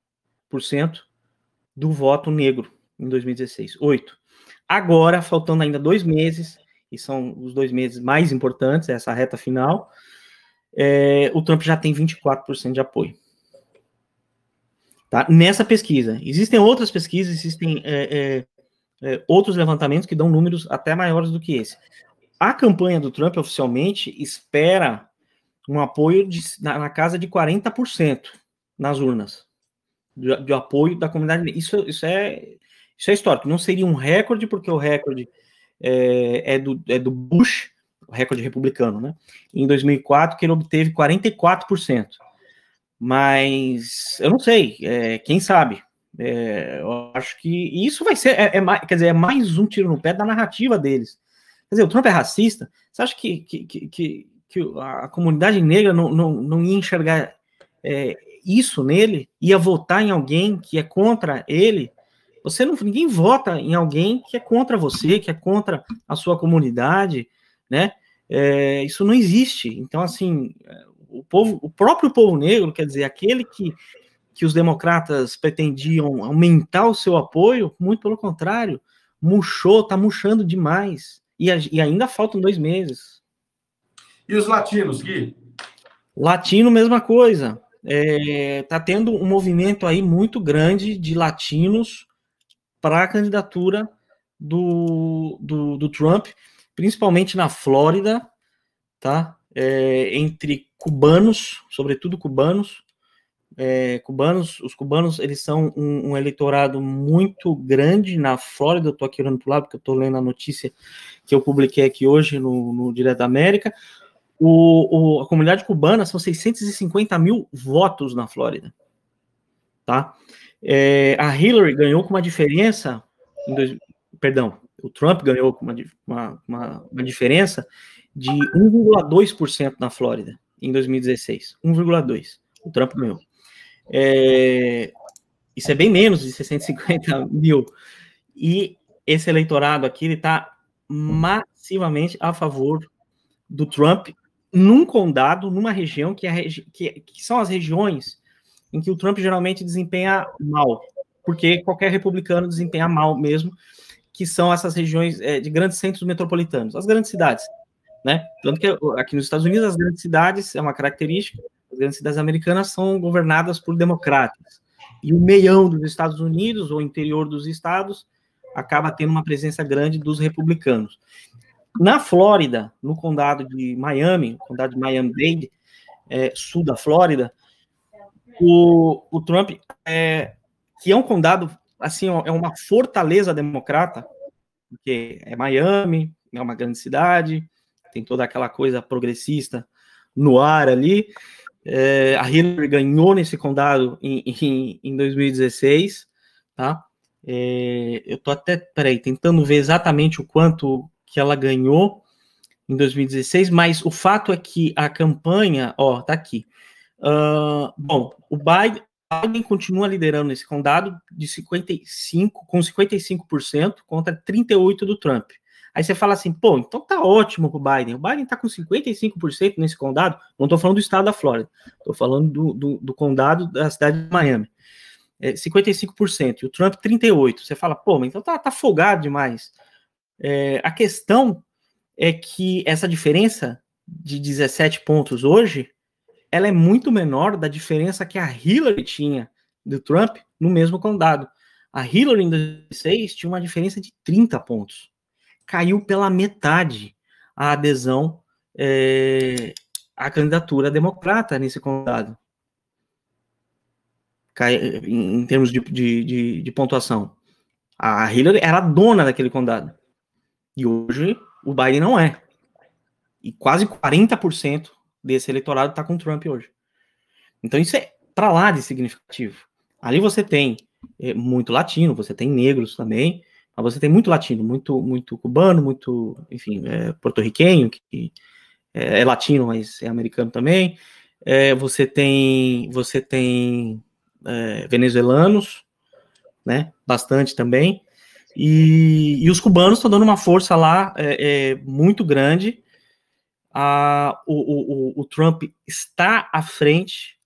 do voto negro em 2016. 8%. Agora, faltando ainda 2 meses, e são os 2 meses mais importantes, essa reta final, o Trump já tem 24% de apoio. Tá? Nessa pesquisa. Existem outras pesquisas, existem outros levantamentos que dão números até maiores do que esse. A campanha do Trump, oficialmente, espera um apoio na casa de 40% nas urnas, de apoio da comunidade. Isso é histórico. Não seria um recorde, porque o recorde é do Bush, o recorde republicano, né? Em 2004, que ele obteve 44%. Mas eu não sei, quem sabe? Eu acho que isso vai ser, quer dizer, é mais um tiro no pé da narrativa deles. Quer dizer, o Trump é racista? Você acha que a comunidade negra não ia enxergar isso nele? Ia votar em alguém que é contra ele? Ninguém vota em alguém que é contra você, que é contra a sua comunidade, né? Isso não existe. Então, assim, o próprio povo negro, quer dizer, aquele que os democratas pretendiam aumentar o seu apoio, muito pelo contrário, está murchando demais. E ainda faltam 2 meses. E os latinos, Gui? Latino, mesma coisa. Tá tendo um movimento aí muito grande de latinos para a candidatura do Trump, principalmente na Flórida, tá? entre cubanos, sobretudo cubanos. Os cubanos, eles são um eleitorado muito grande na Flórida. Eu estou aqui olhando para o lado, porque eu estou lendo a notícia que eu publiquei aqui hoje no Direto da América. A comunidade cubana são 650 mil votos na Flórida, tá? A Hillary ganhou com uma diferença, o Trump ganhou com uma diferença de 1,2% na Flórida em 2016, 1,2%. O Trump ganhou. Isso é bem menos de 650 mil. E esse eleitorado aqui, ele está massivamente a favor do Trump num condado, numa região que são as regiões em que o Trump geralmente desempenha mal, porque qualquer republicano desempenha mal mesmo, que são essas regiões de grandes centros metropolitanos, as grandes cidades, né? Tanto que aqui nos Estados Unidos, as grandes cidades, é uma característica, as grandes cidades americanas são governadas por democratas. E o meião dos Estados Unidos, ou interior dos estados, acaba tendo uma presença grande dos republicanos. Na Flórida, no condado de Miami, condado de Miami-Dade, sul da Flórida, o Trump, que é um condado, assim, é uma fortaleza democrata, porque é Miami, é uma grande cidade, tem toda aquela coisa progressista no ar ali. A Hillary ganhou nesse condado em 2016, tá? Eu tô até, tentando ver exatamente o quanto que ela ganhou em 2016, mas o fato é que a campanha, tá aqui. Bom, o Biden continua liderando esse condado com 55% contra 38% do Trump. Aí você fala assim, então tá ótimo pro Biden. O Biden tá com 55% nesse condado. Não tô falando do estado da Flórida. Tô falando do condado da cidade de Miami. 55%. E o Trump, 38%. Você fala, mas então tá folgado demais. A questão é que essa diferença de 17 pontos hoje, ela é muito menor da diferença que a Hillary tinha do Trump no mesmo condado. A Hillary, em 2006, tinha uma diferença de 30 pontos. Caiu pela metade a adesão à candidatura democrata nesse condado. Em termos de pontuação. A Hillary era a dona daquele condado. E hoje o Biden não é. E quase 40% desse eleitorado está com o Trump hoje. Então isso é para lá de significativo. Ali você tem muito latino, você tem negros também, mas você tem muito latino, muito cubano, muito, enfim, porto-riquenho, que é latino, mas é americano também. Você tem venezuelanos, né? Bastante também. E os cubanos estão dando uma força lá muito grande. O Trump está à frente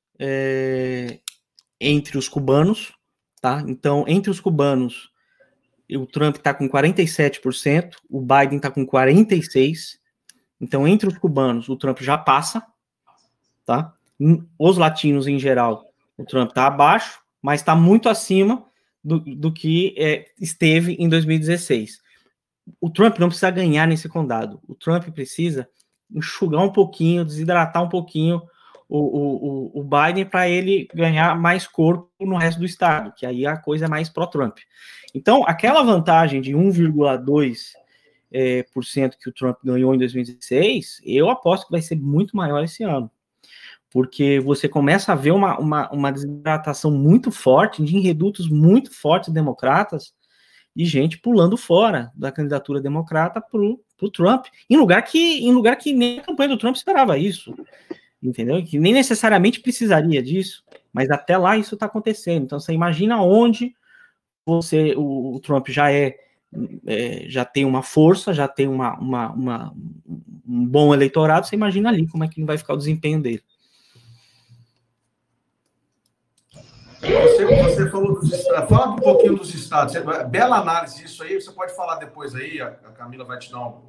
entre os cubanos, tá? Então, entre os cubanos, o Trump está com 47%, o Biden está com 46%. Então, entre os cubanos, o Trump já passa, tá? Os latinos, em geral, o Trump está abaixo, mas está muito acima do que esteve em 2016. O Trump não precisa ganhar nesse condado. O Trump precisa enxugar um pouquinho, desidratar um pouquinho o Biden para ele ganhar mais corpo no resto do estado, que aí a coisa é mais pró-Trump. Então, aquela vantagem de 1,2% que o Trump ganhou em 2016, eu aposto que vai ser muito maior esse ano. Porque você começa a ver uma desidratação muito forte, de redutos muito fortes democratas, e gente pulando fora da candidatura democrata para o Trump, em lugar que nem a campanha do Trump esperava isso, entendeu? Que nem necessariamente precisaria disso, mas até lá isso está acontecendo. Então você imagina onde o Trump já tem uma força, já tem um bom eleitorado, você imagina ali como é que não vai ficar o desempenho dele. Você falou dos estados. Fala um pouquinho dos estados. Bela análise isso aí. Você pode falar depois aí. A Camila vai te dar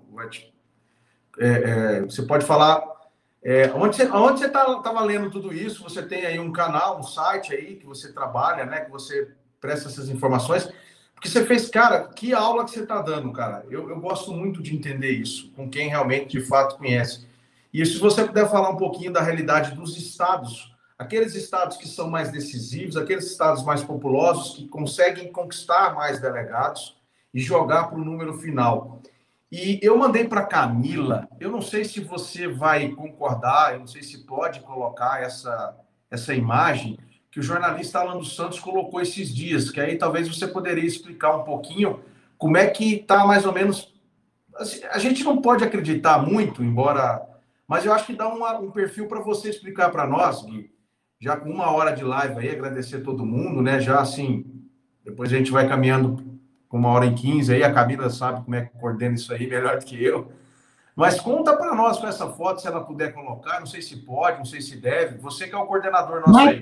você pode falar. Onde você estava lendo tudo isso? Você tem aí um canal, um site aí que você trabalha, né? Que você presta essas informações. Porque você fez, cara, que aula que você está dando, cara. Eu gosto muito de entender isso com quem realmente, de fato, conhece. E se você puder falar um pouquinho da realidade dos estados, aqueles estados que são mais decisivos, aqueles estados mais populosos, que conseguem conquistar mais delegados e jogar para o número final. E eu mandei para Camila, eu não sei se você vai concordar, eu não sei se pode colocar essa imagem que o jornalista Alan dos Santos colocou esses dias, que aí talvez você poderia explicar um pouquinho como é que está mais ou menos... Assim, a gente não pode acreditar muito, embora... Mas eu acho que dá um perfil para você explicar para nós, Gui, já com 1 hora de live aí, agradecer todo mundo, né? Já assim, depois a gente vai caminhando com 1h15 aí, a Camila sabe como é que coordena isso aí melhor do que eu. Mas conta para nós com essa foto, se ela puder colocar, não sei se pode, não sei se deve. Você que é o coordenador nosso aí.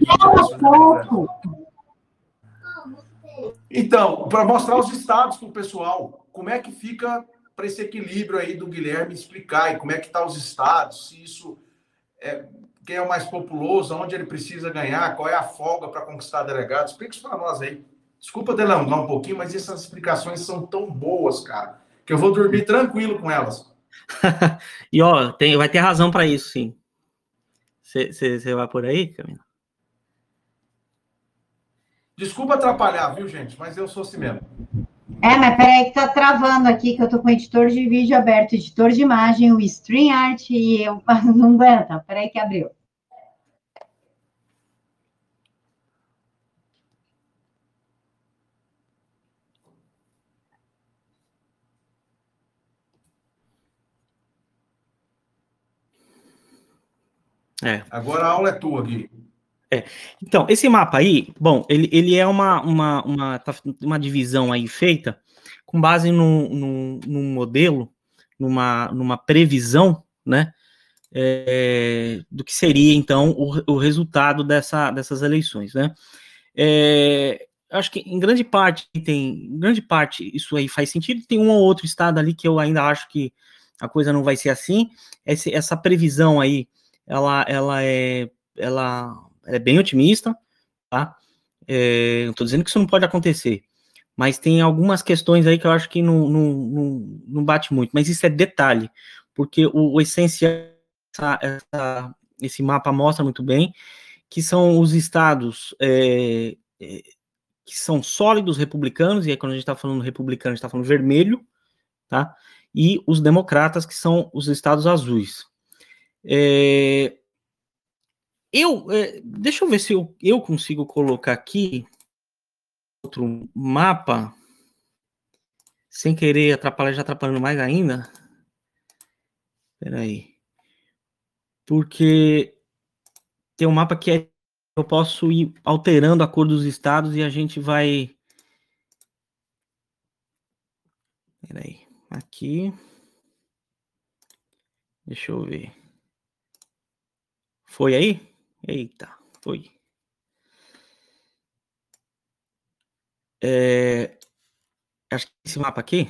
Então, para mostrar os estados para o pessoal, como é que fica para esse equilíbrio aí do Guilherme explicar, e como é que tá os estados, se isso quem é o mais populoso, onde ele precisa ganhar, qual é a folga para conquistar delegados. Explica isso para nós aí. Desculpa delongar um pouquinho, mas essas explicações são tão boas, cara, que eu vou dormir tranquilo com elas. E ó, vai ter razão para isso, sim. Você vai por aí, Camila? Desculpa atrapalhar, viu, gente? Mas eu sou assim mesmo. Mas peraí que tá travando aqui, que eu tô com o editor de vídeo aberto, editor de imagem, o StreamYard, e eu não aguenta. Peraí que abriu. Agora a aula é tua, Gui. Então, esse mapa aí, bom, ele é uma divisão aí feita com base num modelo, numa previsão, né, do que seria, então, o resultado dessas eleições, né. Acho que em grande parte isso aí faz sentido. Tem um ou outro estado ali que eu ainda acho que a coisa não vai ser assim. Essa previsão aí, ela é bem otimista, tá? Não estou dizendo que isso não pode acontecer, mas tem algumas questões aí que eu acho que não bate muito, mas isso é detalhe, porque o essencial, esse mapa mostra muito bem, que são os estados que são sólidos republicanos, e aí quando a gente está falando republicano, a gente está falando vermelho, tá? E os democratas, que são os estados azuis. Deixa eu ver se eu consigo colocar aqui outro mapa, sem querer atrapalhar, já atrapalhando mais ainda. Espera aí. Porque tem um mapa que eu posso ir alterando a cor dos estados e a gente vai... Espera aí. Aqui. Deixa eu ver. Foi aí? Eita, foi. Acho que esse mapa aqui,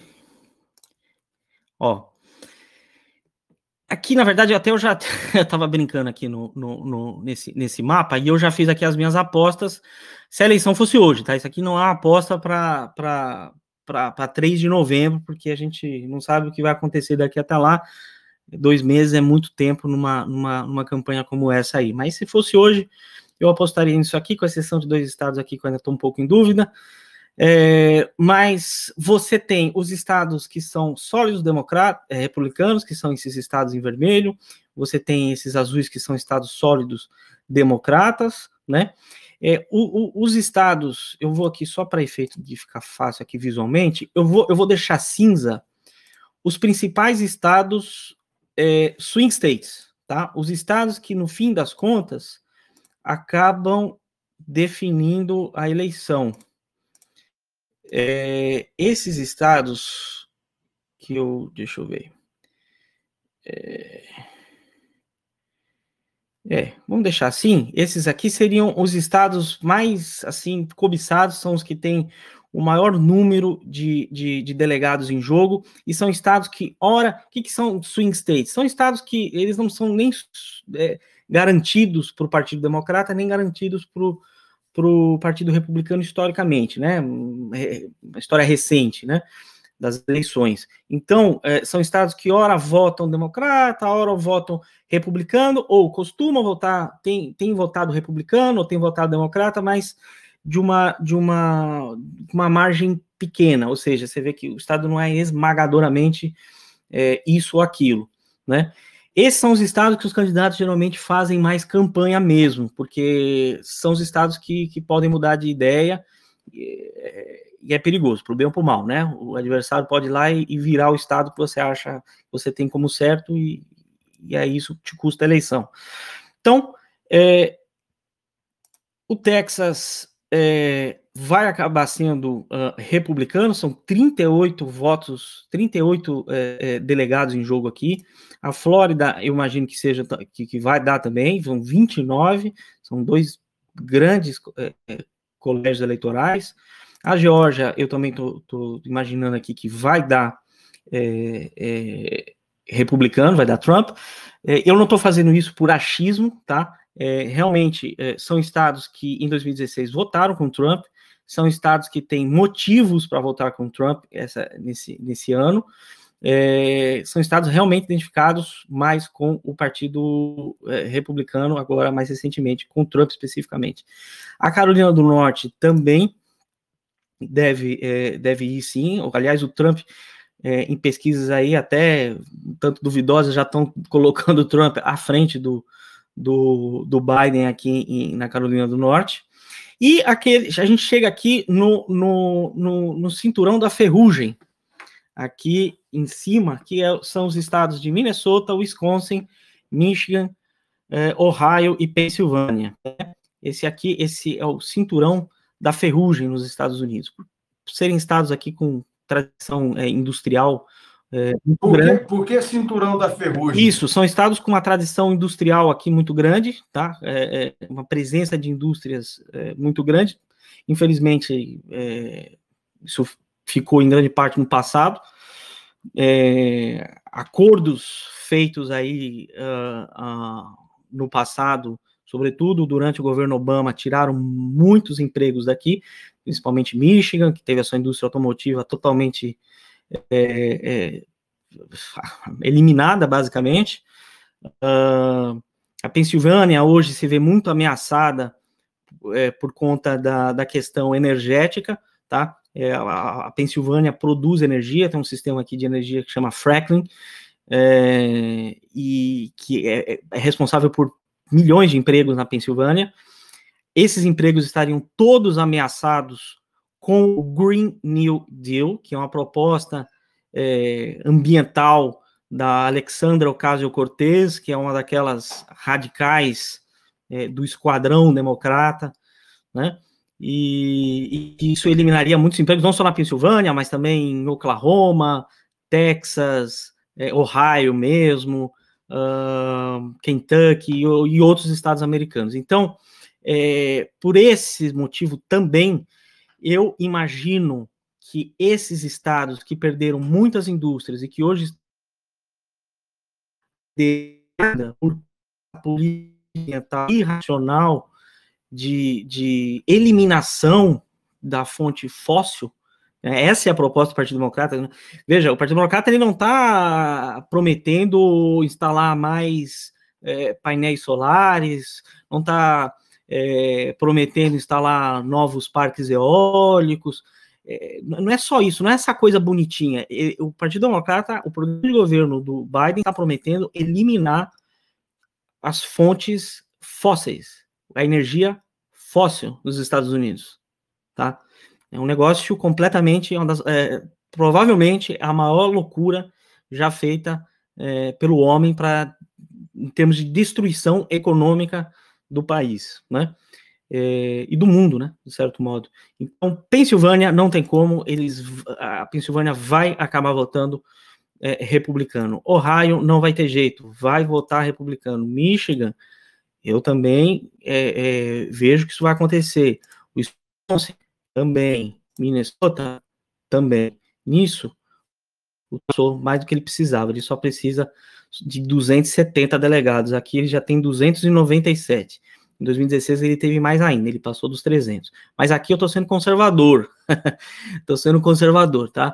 ó. Aqui, na verdade, eu já estava brincando aqui nesse mapa, e eu já fiz aqui as minhas apostas se a eleição fosse hoje, tá? Isso aqui não é uma aposta para 3 de novembro, porque a gente não sabe o que vai acontecer daqui até lá. 2 meses é muito tempo numa campanha como essa aí. Mas se fosse hoje, eu apostaria nisso aqui, com exceção de 2 estados aqui que eu ainda estou um pouco em dúvida. Mas você tem os estados que são sólidos republicanos, que são esses estados em vermelho. Você tem esses azuis, que são estados sólidos democratas, né? Os estados, eu vou aqui só para efeito de ficar fácil aqui visualmente, eu vou deixar cinza os principais estados swing states, tá? Os estados que, no fim das contas, acabam definindo a eleição. Esses estados que deixa eu ver. Vamos deixar assim. Esses aqui seriam os estados mais, assim, cobiçados, são os que têm o maior número de delegados em jogo, e são estados que, o que são swing states? São estados que eles não são nem garantidos para o Partido Democrata, nem garantidos para o Partido Republicano historicamente, né? Uma história recente, né? das eleições. Então, são estados que ora votam democrata, ora votam republicano, ou costumam votar, tem votado republicano, ou tem votado democrata, mas de uma margem pequena, ou seja, você vê que o estado não é esmagadoramente isso ou aquilo, né? Esses são os estados que os candidatos geralmente fazem mais campanha mesmo, porque são os estados que podem mudar de ideia, e é perigoso, pro bem ou pro mal, né? O adversário pode ir lá e virar o estado que você acha que você tem como certo, e aí isso te custa a eleição. Então, o Texas vai acabar sendo republicano, são 38 votos, 38 delegados em jogo aqui. A Flórida, eu imagino que seja, que vai dar também, são 29, são 2 grandes colégios eleitorais. A Geórgia, eu também estou imaginando aqui que vai dar republicano, vai dar Trump. Eu não estou fazendo isso por achismo, tá? Realmente, são estados que em 2016 votaram com Trump, são estados que têm motivos para votar com Trump nesse ano, são estados realmente identificados mais com o Partido Republicano, agora mais recentemente, com Trump especificamente. A Carolina do Norte também deve ir sim, aliás, o Trump, em pesquisas aí até tanto duvidosas, já estão colocando o Trump à frente do Biden aqui na Carolina do Norte. E a gente chega aqui no cinturão da ferrugem, aqui em cima, que são os estados de Minnesota, Wisconsin, Michigan, Ohio e Pensilvânia. Esse é o cinturão da ferrugem nos Estados Unidos, por serem estados aqui com tradição industrial muito grande. Por que cinturão da ferrugem? Isso, são estados com uma tradição industrial aqui muito grande, tá? Uma presença de indústrias muito grande. Infelizmente, isso ficou em grande parte no passado. Acordos feitos aí no passado, sobretudo durante o governo Obama, tiraram muitos empregos daqui, principalmente Michigan, que teve a sua indústria automotiva totalmente eliminada, basicamente. A Pensilvânia hoje se vê muito ameaçada por conta da questão energética, tá? A Pensilvânia produz energia, tem um sistema aqui de energia que chama fracking, e que é responsável por milhões de empregos na Pensilvânia. Esses empregos estariam todos ameaçados com o Green New Deal, que é uma proposta ambiental da Alexandra Ocasio-Cortez, que é uma daquelas radicais do esquadrão democrata, né? E isso eliminaria muitos empregos, não só na Pensilvânia, mas também em Oklahoma, Texas, Ohio mesmo, Kentucky e outros estados americanos. Então, por esse motivo também, eu imagino que esses estados que perderam muitas indústrias e que hoje por política irracional de eliminação da fonte fóssil, essa é a proposta do Partido Democrata, né? Veja, o Partido Democrata ele não está prometendo instalar mais painéis solares, não está prometendo instalar novos parques eólicos, não é só isso, não é essa coisa bonitinha. O Partido Democrata, o programa de governo do Biden está prometendo eliminar as fontes fósseis, a energia fóssil dos Estados Unidos, tá? É um negócio completamente, provavelmente a maior loucura já feita pelo homem em termos de destruição econômica do país, né? E do mundo, né? De certo modo. Então, Pensilvânia não tem como, a Pensilvânia vai acabar votando republicano. Ohio não vai ter jeito, vai votar republicano. Michigan, eu também vejo que isso vai acontecer. Wisconsin também, Minnesota também. Nisso, passou mais do que ele precisava, ele só precisa de 270 delegados. Aqui ele já tem 297. Em 2016 ele teve mais ainda, ele passou dos 300. Mas aqui eu tô sendo conservador. Tô sendo conservador, tá?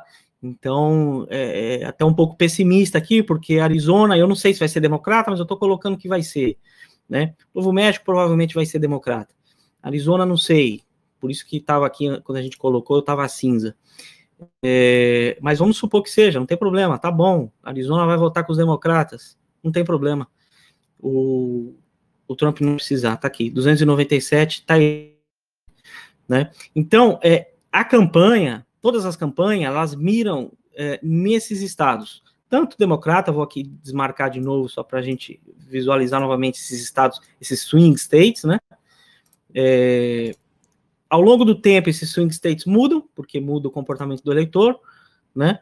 Então, até um pouco pessimista aqui, porque Arizona, eu não sei se vai ser democrata, mas eu estou colocando que vai ser, né? Novo México provavelmente vai ser democrata. Arizona, não sei. Por isso que estava aqui, quando a gente colocou, eu estava cinza. Mas vamos supor que seja, não tem problema, tá bom. Arizona vai votar com os democratas, não tem problema. O Trump não precisar, tá aqui, 297, tá aí, né? Então, a campanha, todas as campanhas, elas miram nesses estados. Tanto democrata, vou aqui desmarcar de novo, só para a gente visualizar novamente esses estados, esses swing states, né? Ao longo do tempo, esses swing states mudam, porque muda o comportamento do eleitor, né?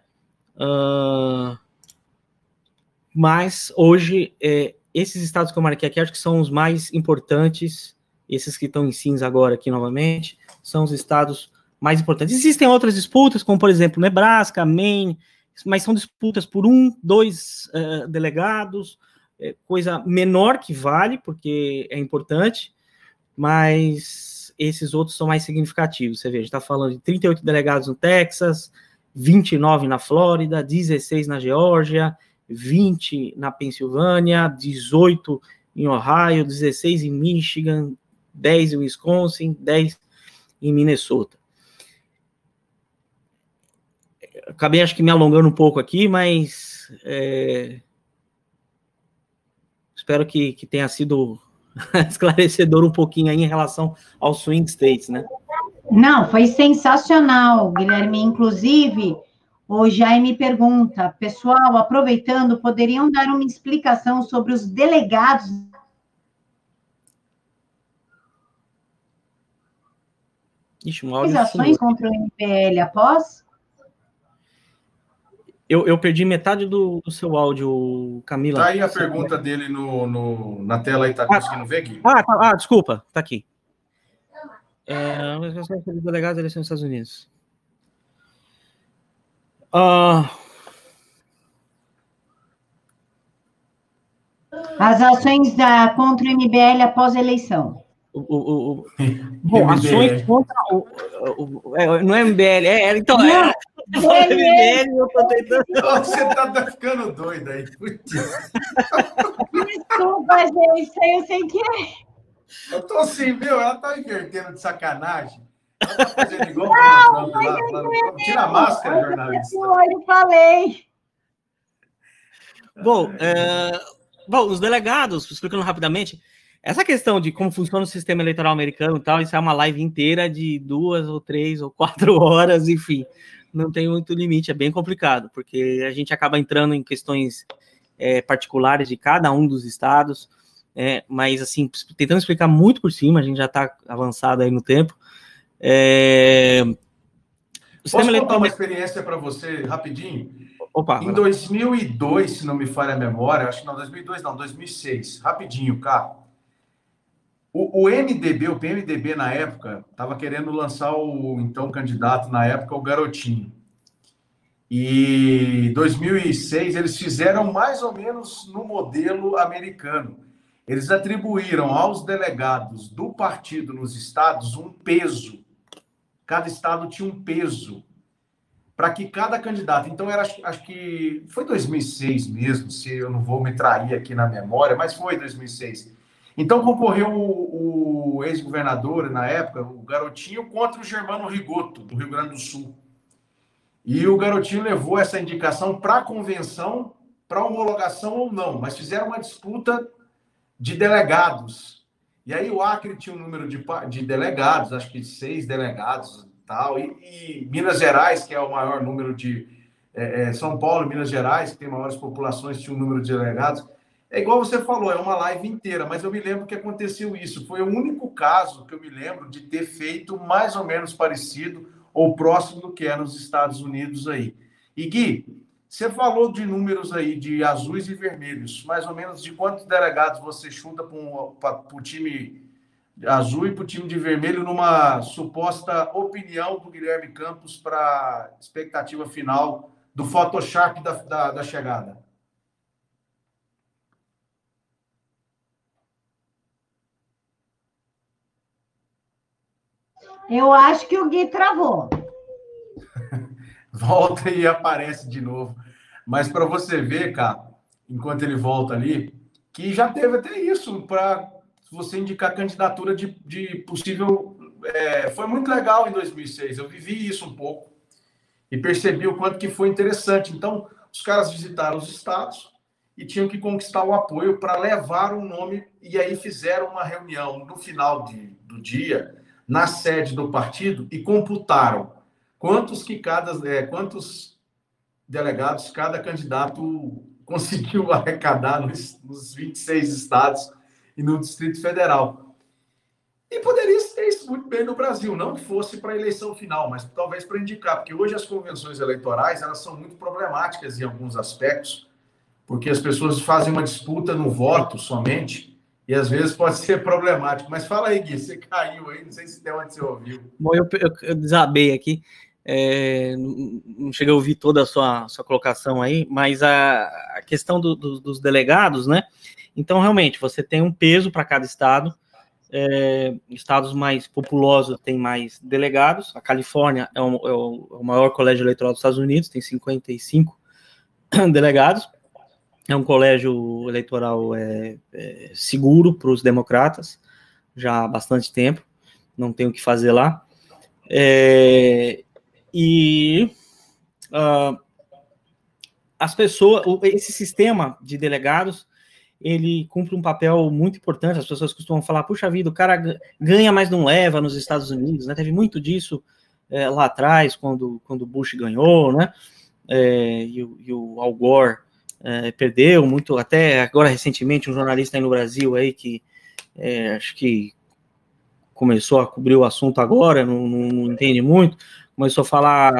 Mas hoje, esses estados que eu marquei aqui, acho que são os mais importantes, esses que estão em cinza agora aqui novamente, são os estados mais importantes. Existem outras disputas, como por exemplo, Nebraska, Maine, mas são disputas por 1, 2 delegados, coisa menor que vale, porque é importante, mas esses outros são mais significativos. Você vê, a gente está falando de 38 delegados no Texas, 29 na Flórida, 16 na Geórgia, 20 na Pensilvânia, 18 em Ohio, 16 em Michigan, 10 em Wisconsin, 10 em Minnesota. Acabei, acho que, me alongando um pouco aqui, mas espero que tenha sido esclarecedor um pouquinho aí em relação aos swing states, né? Não, foi sensacional, Guilherme. Inclusive, o Jaime pergunta, pessoal, aproveitando, poderiam dar uma explicação sobre os delegados? Ixi, um áudio Ações sumiu. contra o MPL após? Eu perdi metade do seu áudio, Camila. Tá aí a pergunta dele na tela aí, tá conseguindo ver, Gui? Desculpa, tá aqui. Delegados da eleição dos Estados Unidos. As ações contra o MBL após a eleição. Bom, ações contra não é MBL, então... Não, MBL, eu tô tentando... Você tá ficando doido aí. Desculpa, gente, eu sei que Eu tô assim, ela tá invertendo de sacanagem. Ela tá fazendo igual o Trump lá, falando, tira a máscara, jornalista. Eu falei. Bom, os delegados, explicando rapidamente, essa questão de como funciona o sistema eleitoral americano e tal, isso é uma live inteira de 2 ou 3 ou 4 horas, enfim, não tem muito limite, é bem complicado, porque a gente acaba entrando em questões particulares de cada um dos estados, mas, assim, tentando explicar muito por cima, a gente já está avançado aí no tempo. Posso contar uma experiência para você, rapidinho? Opa, em 2002, se não me falha a memória, acho que não, 2002 não, 2006, rapidinho, cara. O MDB, o PMDB na época, estava querendo lançar o então candidato na época, o Garotinho. E em 2006 eles fizeram mais ou menos no modelo americano. Eles atribuíram aos delegados do partido nos estados um peso. Cada estado tinha um peso para que cada candidato... Então, acho que foi 2006 mesmo, se eu não vou me trair aqui na memória, mas foi 2006. Então, concorreu o ex-governador, na época, o Garotinho, contra o Germano Rigoto, do Rio Grande do Sul. E o Garotinho levou essa indicação para a convenção, para homologação ou não, mas fizeram uma disputa de delegados. E aí o Acre tinha um número de delegados, acho que 6 delegados, tal, e Minas Gerais, que é o maior número de... São Paulo e Minas Gerais, que tem maiores populações, tinha um número de delegados. É igual você falou, é uma live inteira, mas eu me lembro que aconteceu isso. Foi o único caso que eu me lembro de ter feito mais ou menos parecido ou próximo do que é nos Estados Unidos aí. E, Gui, você falou de números aí de azuis e vermelhos, mais ou menos de quantos delegados você chuta para o time azul e para o time de vermelho numa suposta opinião do Guilherme Campos para a expectativa final do Photoshop da chegada? Eu acho que o Gui travou. volta e aparece de novo. Mas para você ver, cara, enquanto ele volta ali, que já teve até isso, para você indicar candidatura de possível... foi muito legal em 2006, eu vivi isso um pouco e percebi o quanto que foi interessante. Então, os caras visitaram os estados e tinham que conquistar o apoio para levar um nome, e aí fizeram uma reunião no final do dia, na sede do partido, e computaram quantos delegados cada candidato conseguiu arrecadar nos 26 estados e no Distrito Federal. E poderia ser isso muito bem no Brasil, não que fosse para a eleição final, mas talvez para indicar, porque hoje as convenções eleitorais elas são muito problemáticas em alguns aspectos, porque as pessoas fazem uma disputa no voto somente, e às vezes pode ser problemático. Mas fala aí, Gui, você caiu aí, não sei se tem onde você ouviu. Bom, eu desabei aqui, não cheguei a ouvir toda a sua colocação aí, mas a questão dos delegados, né? Então, realmente, você tem um peso para cada estado. Estados mais populosos têm mais delegados. A Califórnia é o maior colégio eleitoral dos Estados Unidos, tem 55 delegados. É um colégio eleitoral seguro para os democratas, já há bastante tempo, não tem o que fazer lá. As pessoas, esse sistema de delegados, ele cumpre um papel muito importante. As pessoas costumam falar, puxa vida, o cara ganha, mas não leva nos Estados Unidos, né? Teve muito disso lá atrás, quando o Bush ganhou, né? E o Al Gore perdeu muito, até agora recentemente, um jornalista aí no Brasil aí que acho que começou a cobrir o assunto agora, não entende muito, começou a falar,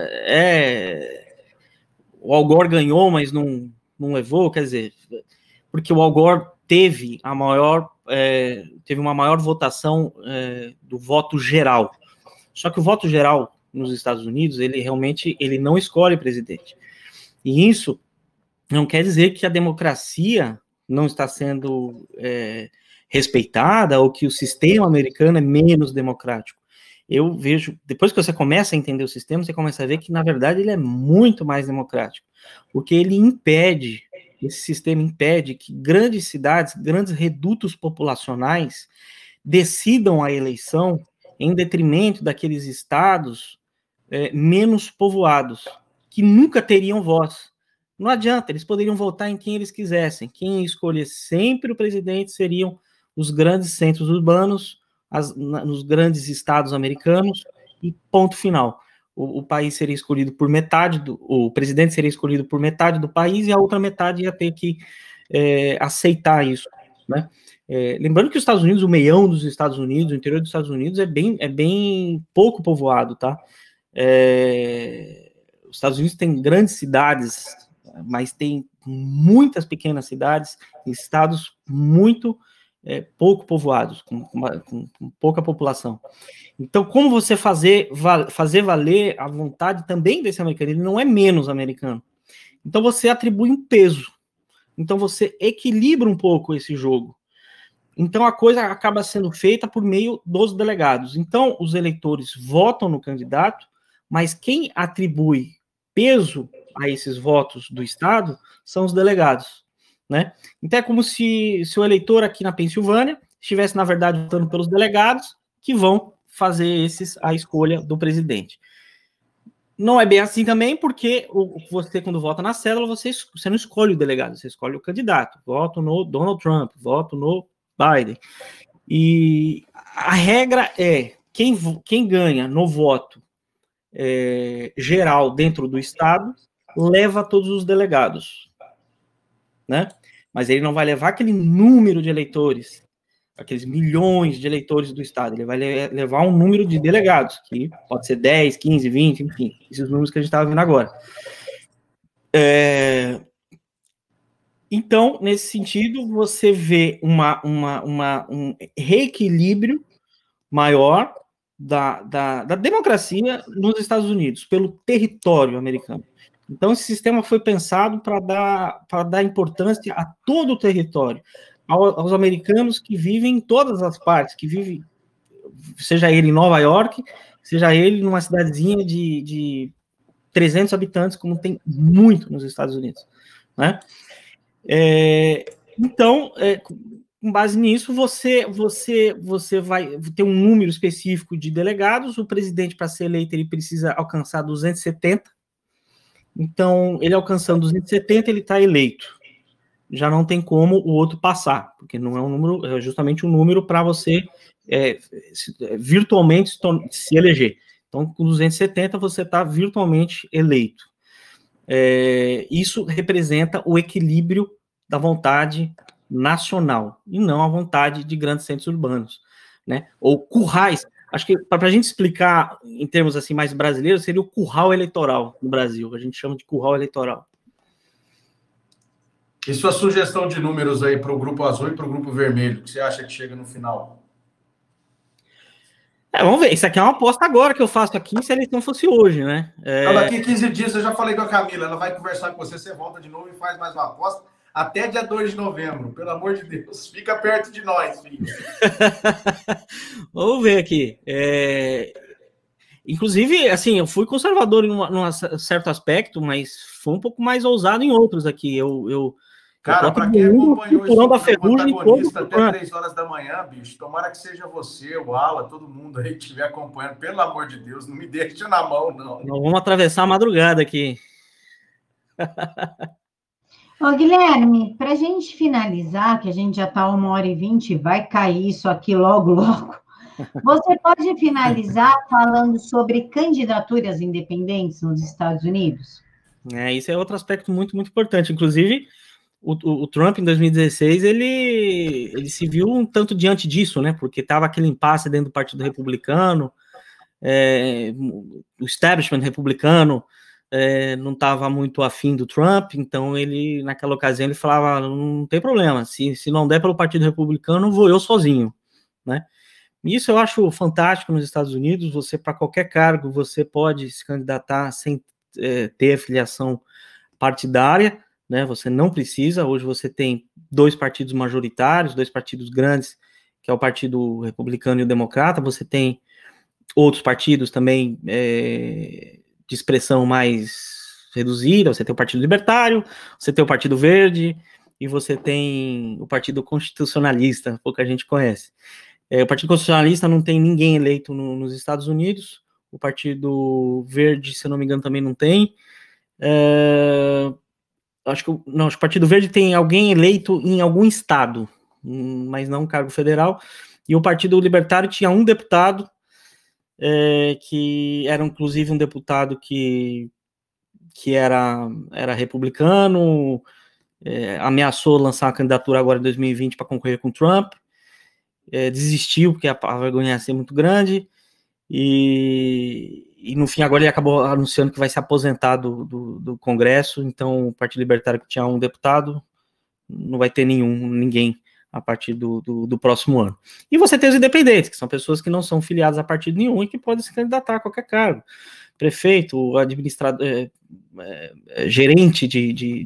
o Al Gore ganhou, mas não levou, quer dizer, porque o Al Gore teve uma maior votação do voto geral. Só que o voto geral nos Estados Unidos, ele não escolhe presidente. E isso não quer dizer que a democracia não está sendo respeitada ou que o sistema americano é menos democrático. Eu vejo, depois que você começa a entender o sistema, você começa a ver que, na verdade, ele é muito mais democrático, porque esse sistema impede que grandes cidades, grandes redutos populacionais decidam a eleição em detrimento daqueles estados menos povoados, que nunca teriam voz. Não adianta, eles poderiam votar em quem eles quisessem. Quem escolher sempre o presidente seriam os grandes centros urbanos, nos grandes estados americanos, e ponto final. O país seria escolhido por metade, o presidente seria escolhido por metade do país, e a outra metade ia ter que aceitar isso, né? Lembrando que os Estados Unidos, o meião dos Estados Unidos, o interior dos Estados Unidos é bem pouco povoado, tá? Os Estados Unidos tem grandes cidades, mas tem muitas pequenas cidades, estados muito pouco povoados, com pouca população. Então, como você fazer valer a vontade também desse americano? Ele não é menos americano. Então, você atribui um peso. Então, você equilibra um pouco esse jogo. Então, a coisa acaba sendo feita por meio dos delegados. Então, os eleitores votam no candidato, mas quem atribui peso a esses votos do Estado são os delegados, né? Então, é como se o eleitor aqui na Pensilvânia estivesse, na verdade, votando pelos delegados que vão fazer a escolha do presidente. Não é bem assim também, porque você, quando vota na cédula, você não escolhe o delegado, você escolhe o candidato. Voto no Donald Trump, voto no Biden. E a regra é, quem ganha no voto geral dentro do Estado, leva todos os delegados, né? Mas ele não vai levar aquele número de eleitores, aqueles milhões de eleitores do Estado, ele vai levar um número de delegados, que pode ser 10, 15, 20, enfim, esses números que a gente estava vendo agora. Então, nesse sentido, você vê um reequilíbrio maior da democracia nos Estados Unidos, pelo território americano. Então, esse sistema foi pensado para dar importância a todo o território, aos americanos que vivem em todas as partes, que vivem, seja ele em Nova York, seja ele numa cidadezinha de 300 habitantes, como tem muito nos Estados Unidos, né? Então, com base nisso, você vai ter um número específico de delegados. O presidente, para ser eleito, ele precisa alcançar 270. Então, ele alcançando 270, ele está eleito. Já não tem como o outro passar, porque não é um número, é justamente um número para você virtualmente se eleger. Então, com 270, você está virtualmente eleito. Isso representa o equilíbrio da vontade nacional, e não a vontade de grandes centros urbanos, né? Ou currais. Acho que, para a gente explicar em termos assim mais brasileiros, seria o curral eleitoral no Brasil, a gente chama de curral eleitoral. E sua sugestão de números aí para o grupo azul e para o grupo vermelho, que você acha que chega no final? Vamos ver, isso aqui é uma aposta agora que eu faço aqui, se a eleição fosse hoje, né? Daqui 15 dias, eu já falei com a Camila, ela vai conversar com você, você volta de novo e faz mais uma aposta, até dia 2 de novembro, pelo amor de Deus, fica perto de nós, filho. Vamos ver aqui. Inclusive, assim, eu fui conservador em certo aspecto, mas foi um pouco mais ousado em outros aqui. Cara, para quem acompanhou esse da Ferrugem protagonista até 3 horas da manhã, bicho, tomara que seja você, o Ala, todo mundo aí que estiver acompanhando, pelo amor de Deus, não me deixe na mão, não. Nós vamos atravessar a madrugada aqui. Ô, Guilherme, para a gente finalizar, que a gente já está 1h20, vai cair isso aqui logo, logo. Você pode finalizar falando sobre candidaturas independentes nos Estados Unidos? Isso é outro aspecto muito, muito importante. Inclusive, o Trump, em 2016, ele se viu um tanto diante disso, né? Porque estava aquele impasse dentro do Partido Republicano, o establishment republicano não estava muito afim do Trump, então ele, naquela ocasião, ele falava, não tem problema, se não der pelo Partido Republicano, vou eu sozinho, né? Isso eu acho fantástico nos Estados Unidos. Você, para qualquer cargo, você pode se candidatar sem ter afiliação partidária, né? Você não precisa. Hoje você tem 2 partidos majoritários, 2 partidos grandes, que é o Partido Republicano e o Democrata. Você tem outros partidos também de expressão mais reduzida. Você tem o Partido Libertário, você tem o Partido Verde e você tem o Partido Constitucionalista, pouca gente conhece. O Partido Constitucionalista não tem ninguém eleito nos Estados Unidos. O Partido Verde, se eu não me engano, também não tem. Acho que o Partido Verde tem alguém eleito em algum estado, mas não um cargo federal. E o Partido Libertário tinha um deputado, que era inclusive um deputado que era republicano, ameaçou lançar a candidatura agora em 2020 para concorrer com o Trump. Desistiu, porque a vergonha ia ser muito grande, e no fim agora ele acabou anunciando que vai se aposentar do Congresso. Então o Partido Libertário, que tinha um deputado, não vai ter ninguém a partir do próximo ano. E você tem os independentes, que são pessoas que não são filiadas a partido nenhum e que podem se candidatar a qualquer cargo. Prefeito, administrador, gerente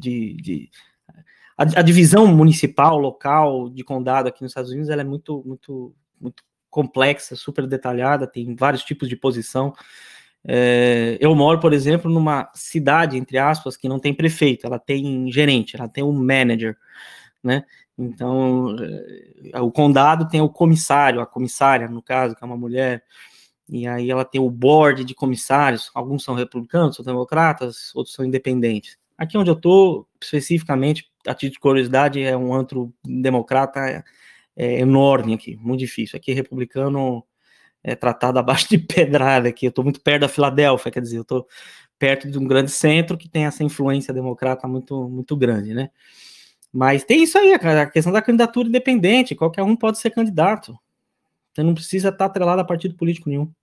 a divisão municipal, local, de condado aqui nos Estados Unidos, ela é muito, muito, muito complexa, super detalhada, tem vários tipos de posição. Eu moro, por exemplo, numa cidade, entre aspas, que não tem prefeito, ela tem gerente, ela tem um manager, né? Então, o condado tem o comissário, a comissária, no caso, que é uma mulher, e aí ela tem o board de comissários, alguns são republicanos, são democratas, outros são independentes. Aqui onde eu estou, especificamente, a título de curiosidade, é um antro democrata enorme aqui, muito difícil. Aqui republicano é tratado abaixo de pedrada aqui. Eu estou muito perto da Filadélfia, quer dizer, eu estou perto de um grande centro que tem essa influência democrata muito, muito grande, né? Mas tem isso aí, a questão da candidatura independente, qualquer um pode ser candidato. Você não precisa estar atrelado a partido político nenhum.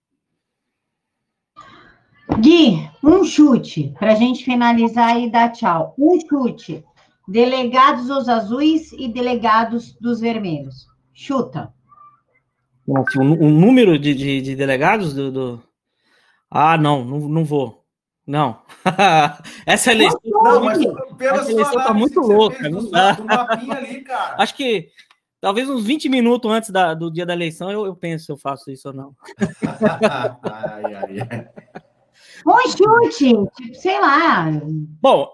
Gui, um chute, para a gente finalizar e dar tchau. Um chute. Delegados dos azuis e delegados dos vermelhos. Chuta. O número de delegados não vou. Não. Essa eleição. Não, mas pela essa eleição tá muito louca. Do mapinha ali, cara. Acho que talvez uns 20 minutos antes do dia da eleição eu penso se eu faço isso ou não. Ai. Um chute, tipo, sei lá. Bom,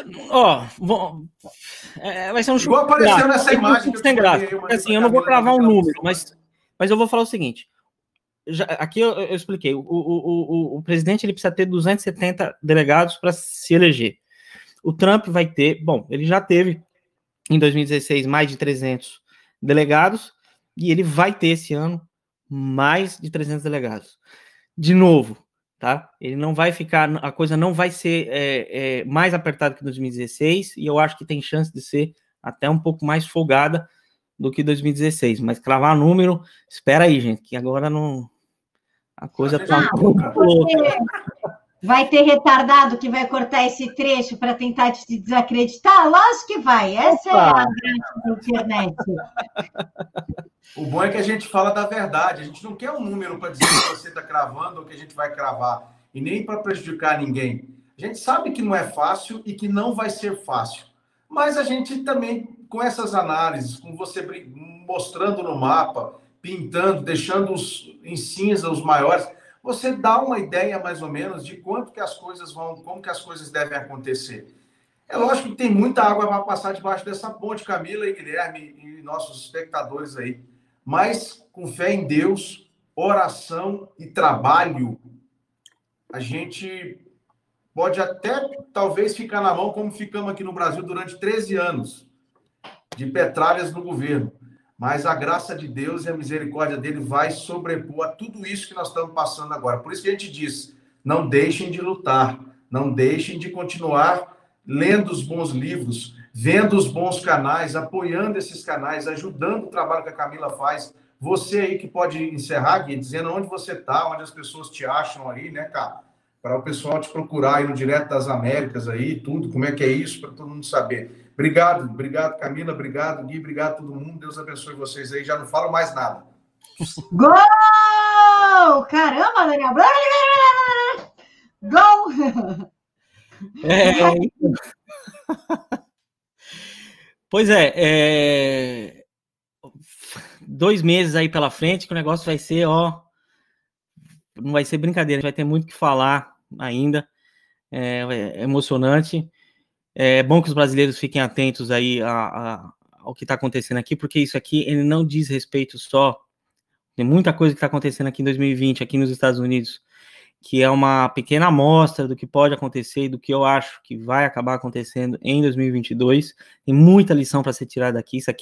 vai ser um chute. Igual apareceu nessa imagem que eu te sem graça. mandei, Porque, assim, eu não vou cravar um número, mas eu vou falar o seguinte. Aqui eu expliquei. O presidente ele precisa ter 270 delegados para se eleger. O Trump vai ter... Bom, ele já teve, em 2016, mais de 300 delegados, e ele vai ter, esse ano, mais de 300 delegados. De novo, tá? Ele não vai ficar... A coisa não vai ser mais apertada que 2016, e eu acho que tem chance de ser até um pouco mais folgada do que 2016. Mas cravar número... Espera aí, gente, que agora não... A coisa tá louca. Vai ter retardado que vai cortar esse trecho para tentar te desacreditar? Lógico que vai. Essa é a graça da internet. O bom é que a gente fala da verdade. A gente não quer um número para dizer que você está cravando ou que a gente vai cravar. E nem para prejudicar ninguém. A gente sabe que não é fácil e que não vai ser fácil. Mas a gente também, com essas análises, com você mostrando no mapa, pintando, deixando em cinza os maiores, você dá uma ideia mais ou menos de quanto que as coisas vão, como que as coisas devem acontecer. É lógico que tem muita água para passar debaixo dessa ponte, Camila e Guilherme e nossos espectadores aí. Mas com fé em Deus, oração e trabalho, a gente pode até talvez ficar na mão como ficamos aqui no Brasil durante 13 anos de petralhas no governo. Mas a graça de Deus e a misericórdia dele vai sobrepor a tudo isso que nós estamos passando agora. Por isso que a gente diz, não deixem de lutar, não deixem de continuar lendo os bons livros, vendo os bons canais, apoiando esses canais, ajudando o trabalho que a Camila faz. Você aí que pode encerrar, Gui, dizendo onde você está, onde as pessoas te acham aí, né, cara? Para o pessoal te procurar aí no Direto das Américas aí, tudo, como é que é isso, para todo mundo saber. Obrigado, Camila, obrigado, Gui, obrigado todo mundo. Deus abençoe vocês aí. Já não falo mais nada. Gol! Caramba, Daniel! Gol! Pois é, 2 meses aí pela frente que o negócio vai ser, não vai ser brincadeira, a gente vai ter muito o que falar ainda, é emocionante. É bom que os brasileiros fiquem atentos aí ao que está acontecendo aqui, porque isso aqui ele não diz respeito só. Tem muita coisa que está acontecendo aqui em 2020, aqui nos Estados Unidos, que é uma pequena amostra do que pode acontecer e do que eu acho que vai acabar acontecendo em 2022. Tem muita lição para ser tirada daqui. Isso aqui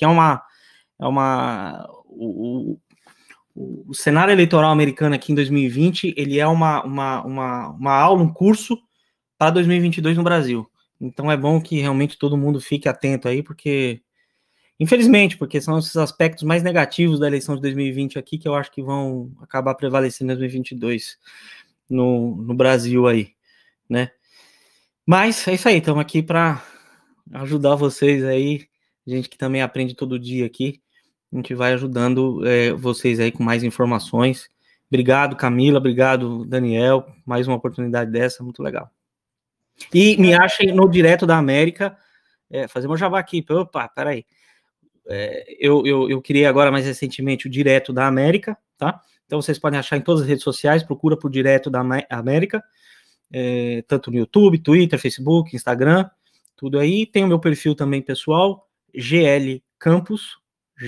o cenário eleitoral americano aqui em 2020, ele é uma aula, um curso para 2022 no Brasil. Então é bom que realmente todo mundo fique atento aí, porque, infelizmente, porque são esses aspectos mais negativos da eleição de 2020 aqui que eu acho que vão acabar prevalecendo em 2022 no Brasil aí, né? Mas é isso aí, estamos aqui para ajudar vocês aí, gente que também aprende todo dia aqui, a gente vai ajudando vocês aí com mais informações. Obrigado, Camila, obrigado, Daniel, mais uma oportunidade dessa, muito legal. E me achem no Direto da América, fazer meu jabá aqui, opa, peraí, eu criei agora mais recentemente o Direto da América, tá? Então vocês podem achar em todas as redes sociais, procura por Direto da América, tanto no YouTube, Twitter, Facebook, Instagram, tudo aí. Tem o meu perfil também pessoal, GL Campos,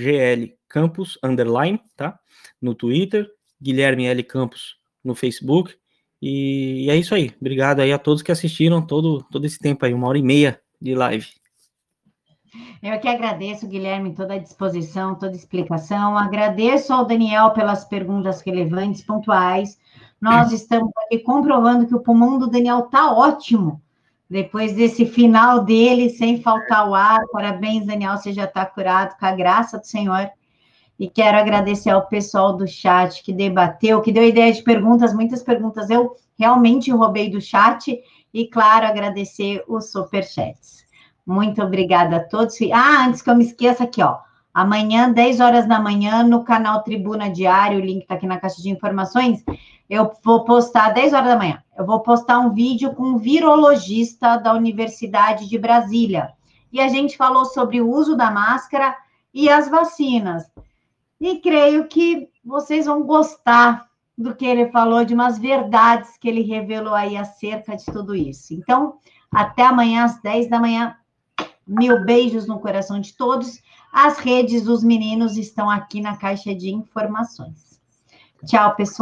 _, tá? No Twitter, Guilherme L. Campos no Facebook. E é isso aí. Obrigado aí a todos que assistiram todo esse tempo aí, 1h30 de live. Eu que agradeço, Guilherme, toda a disposição, toda a explicação. Agradeço ao Daniel pelas perguntas relevantes, pontuais. Nós estamos aqui comprovando que o pulmão do Daniel está ótimo. Depois desse final dele, sem faltar o ar. Parabéns, Daniel, você já está curado, com a graça do Senhor. E quero agradecer ao pessoal do chat que debateu, que deu ideia de perguntas, muitas perguntas eu realmente roubei do chat. E, claro, agradecer os superchats. Muito obrigada a todos. Antes que eu me esqueça aqui, amanhã, 10 horas da manhã, no canal Tribuna Diário, o link está aqui na caixa de informações, eu vou postar, 10 horas da manhã, eu vou postar um vídeo com um virologista da Universidade de Brasília. E a gente falou sobre o uso da máscara e as vacinas. E creio que vocês vão gostar do que ele falou, de umas verdades que ele revelou aí acerca de tudo isso. Então, até amanhã às 10 da manhã. 1000 beijos no coração de todos. As redes dos meninos estão aqui na caixa de informações. Tchau, pessoal.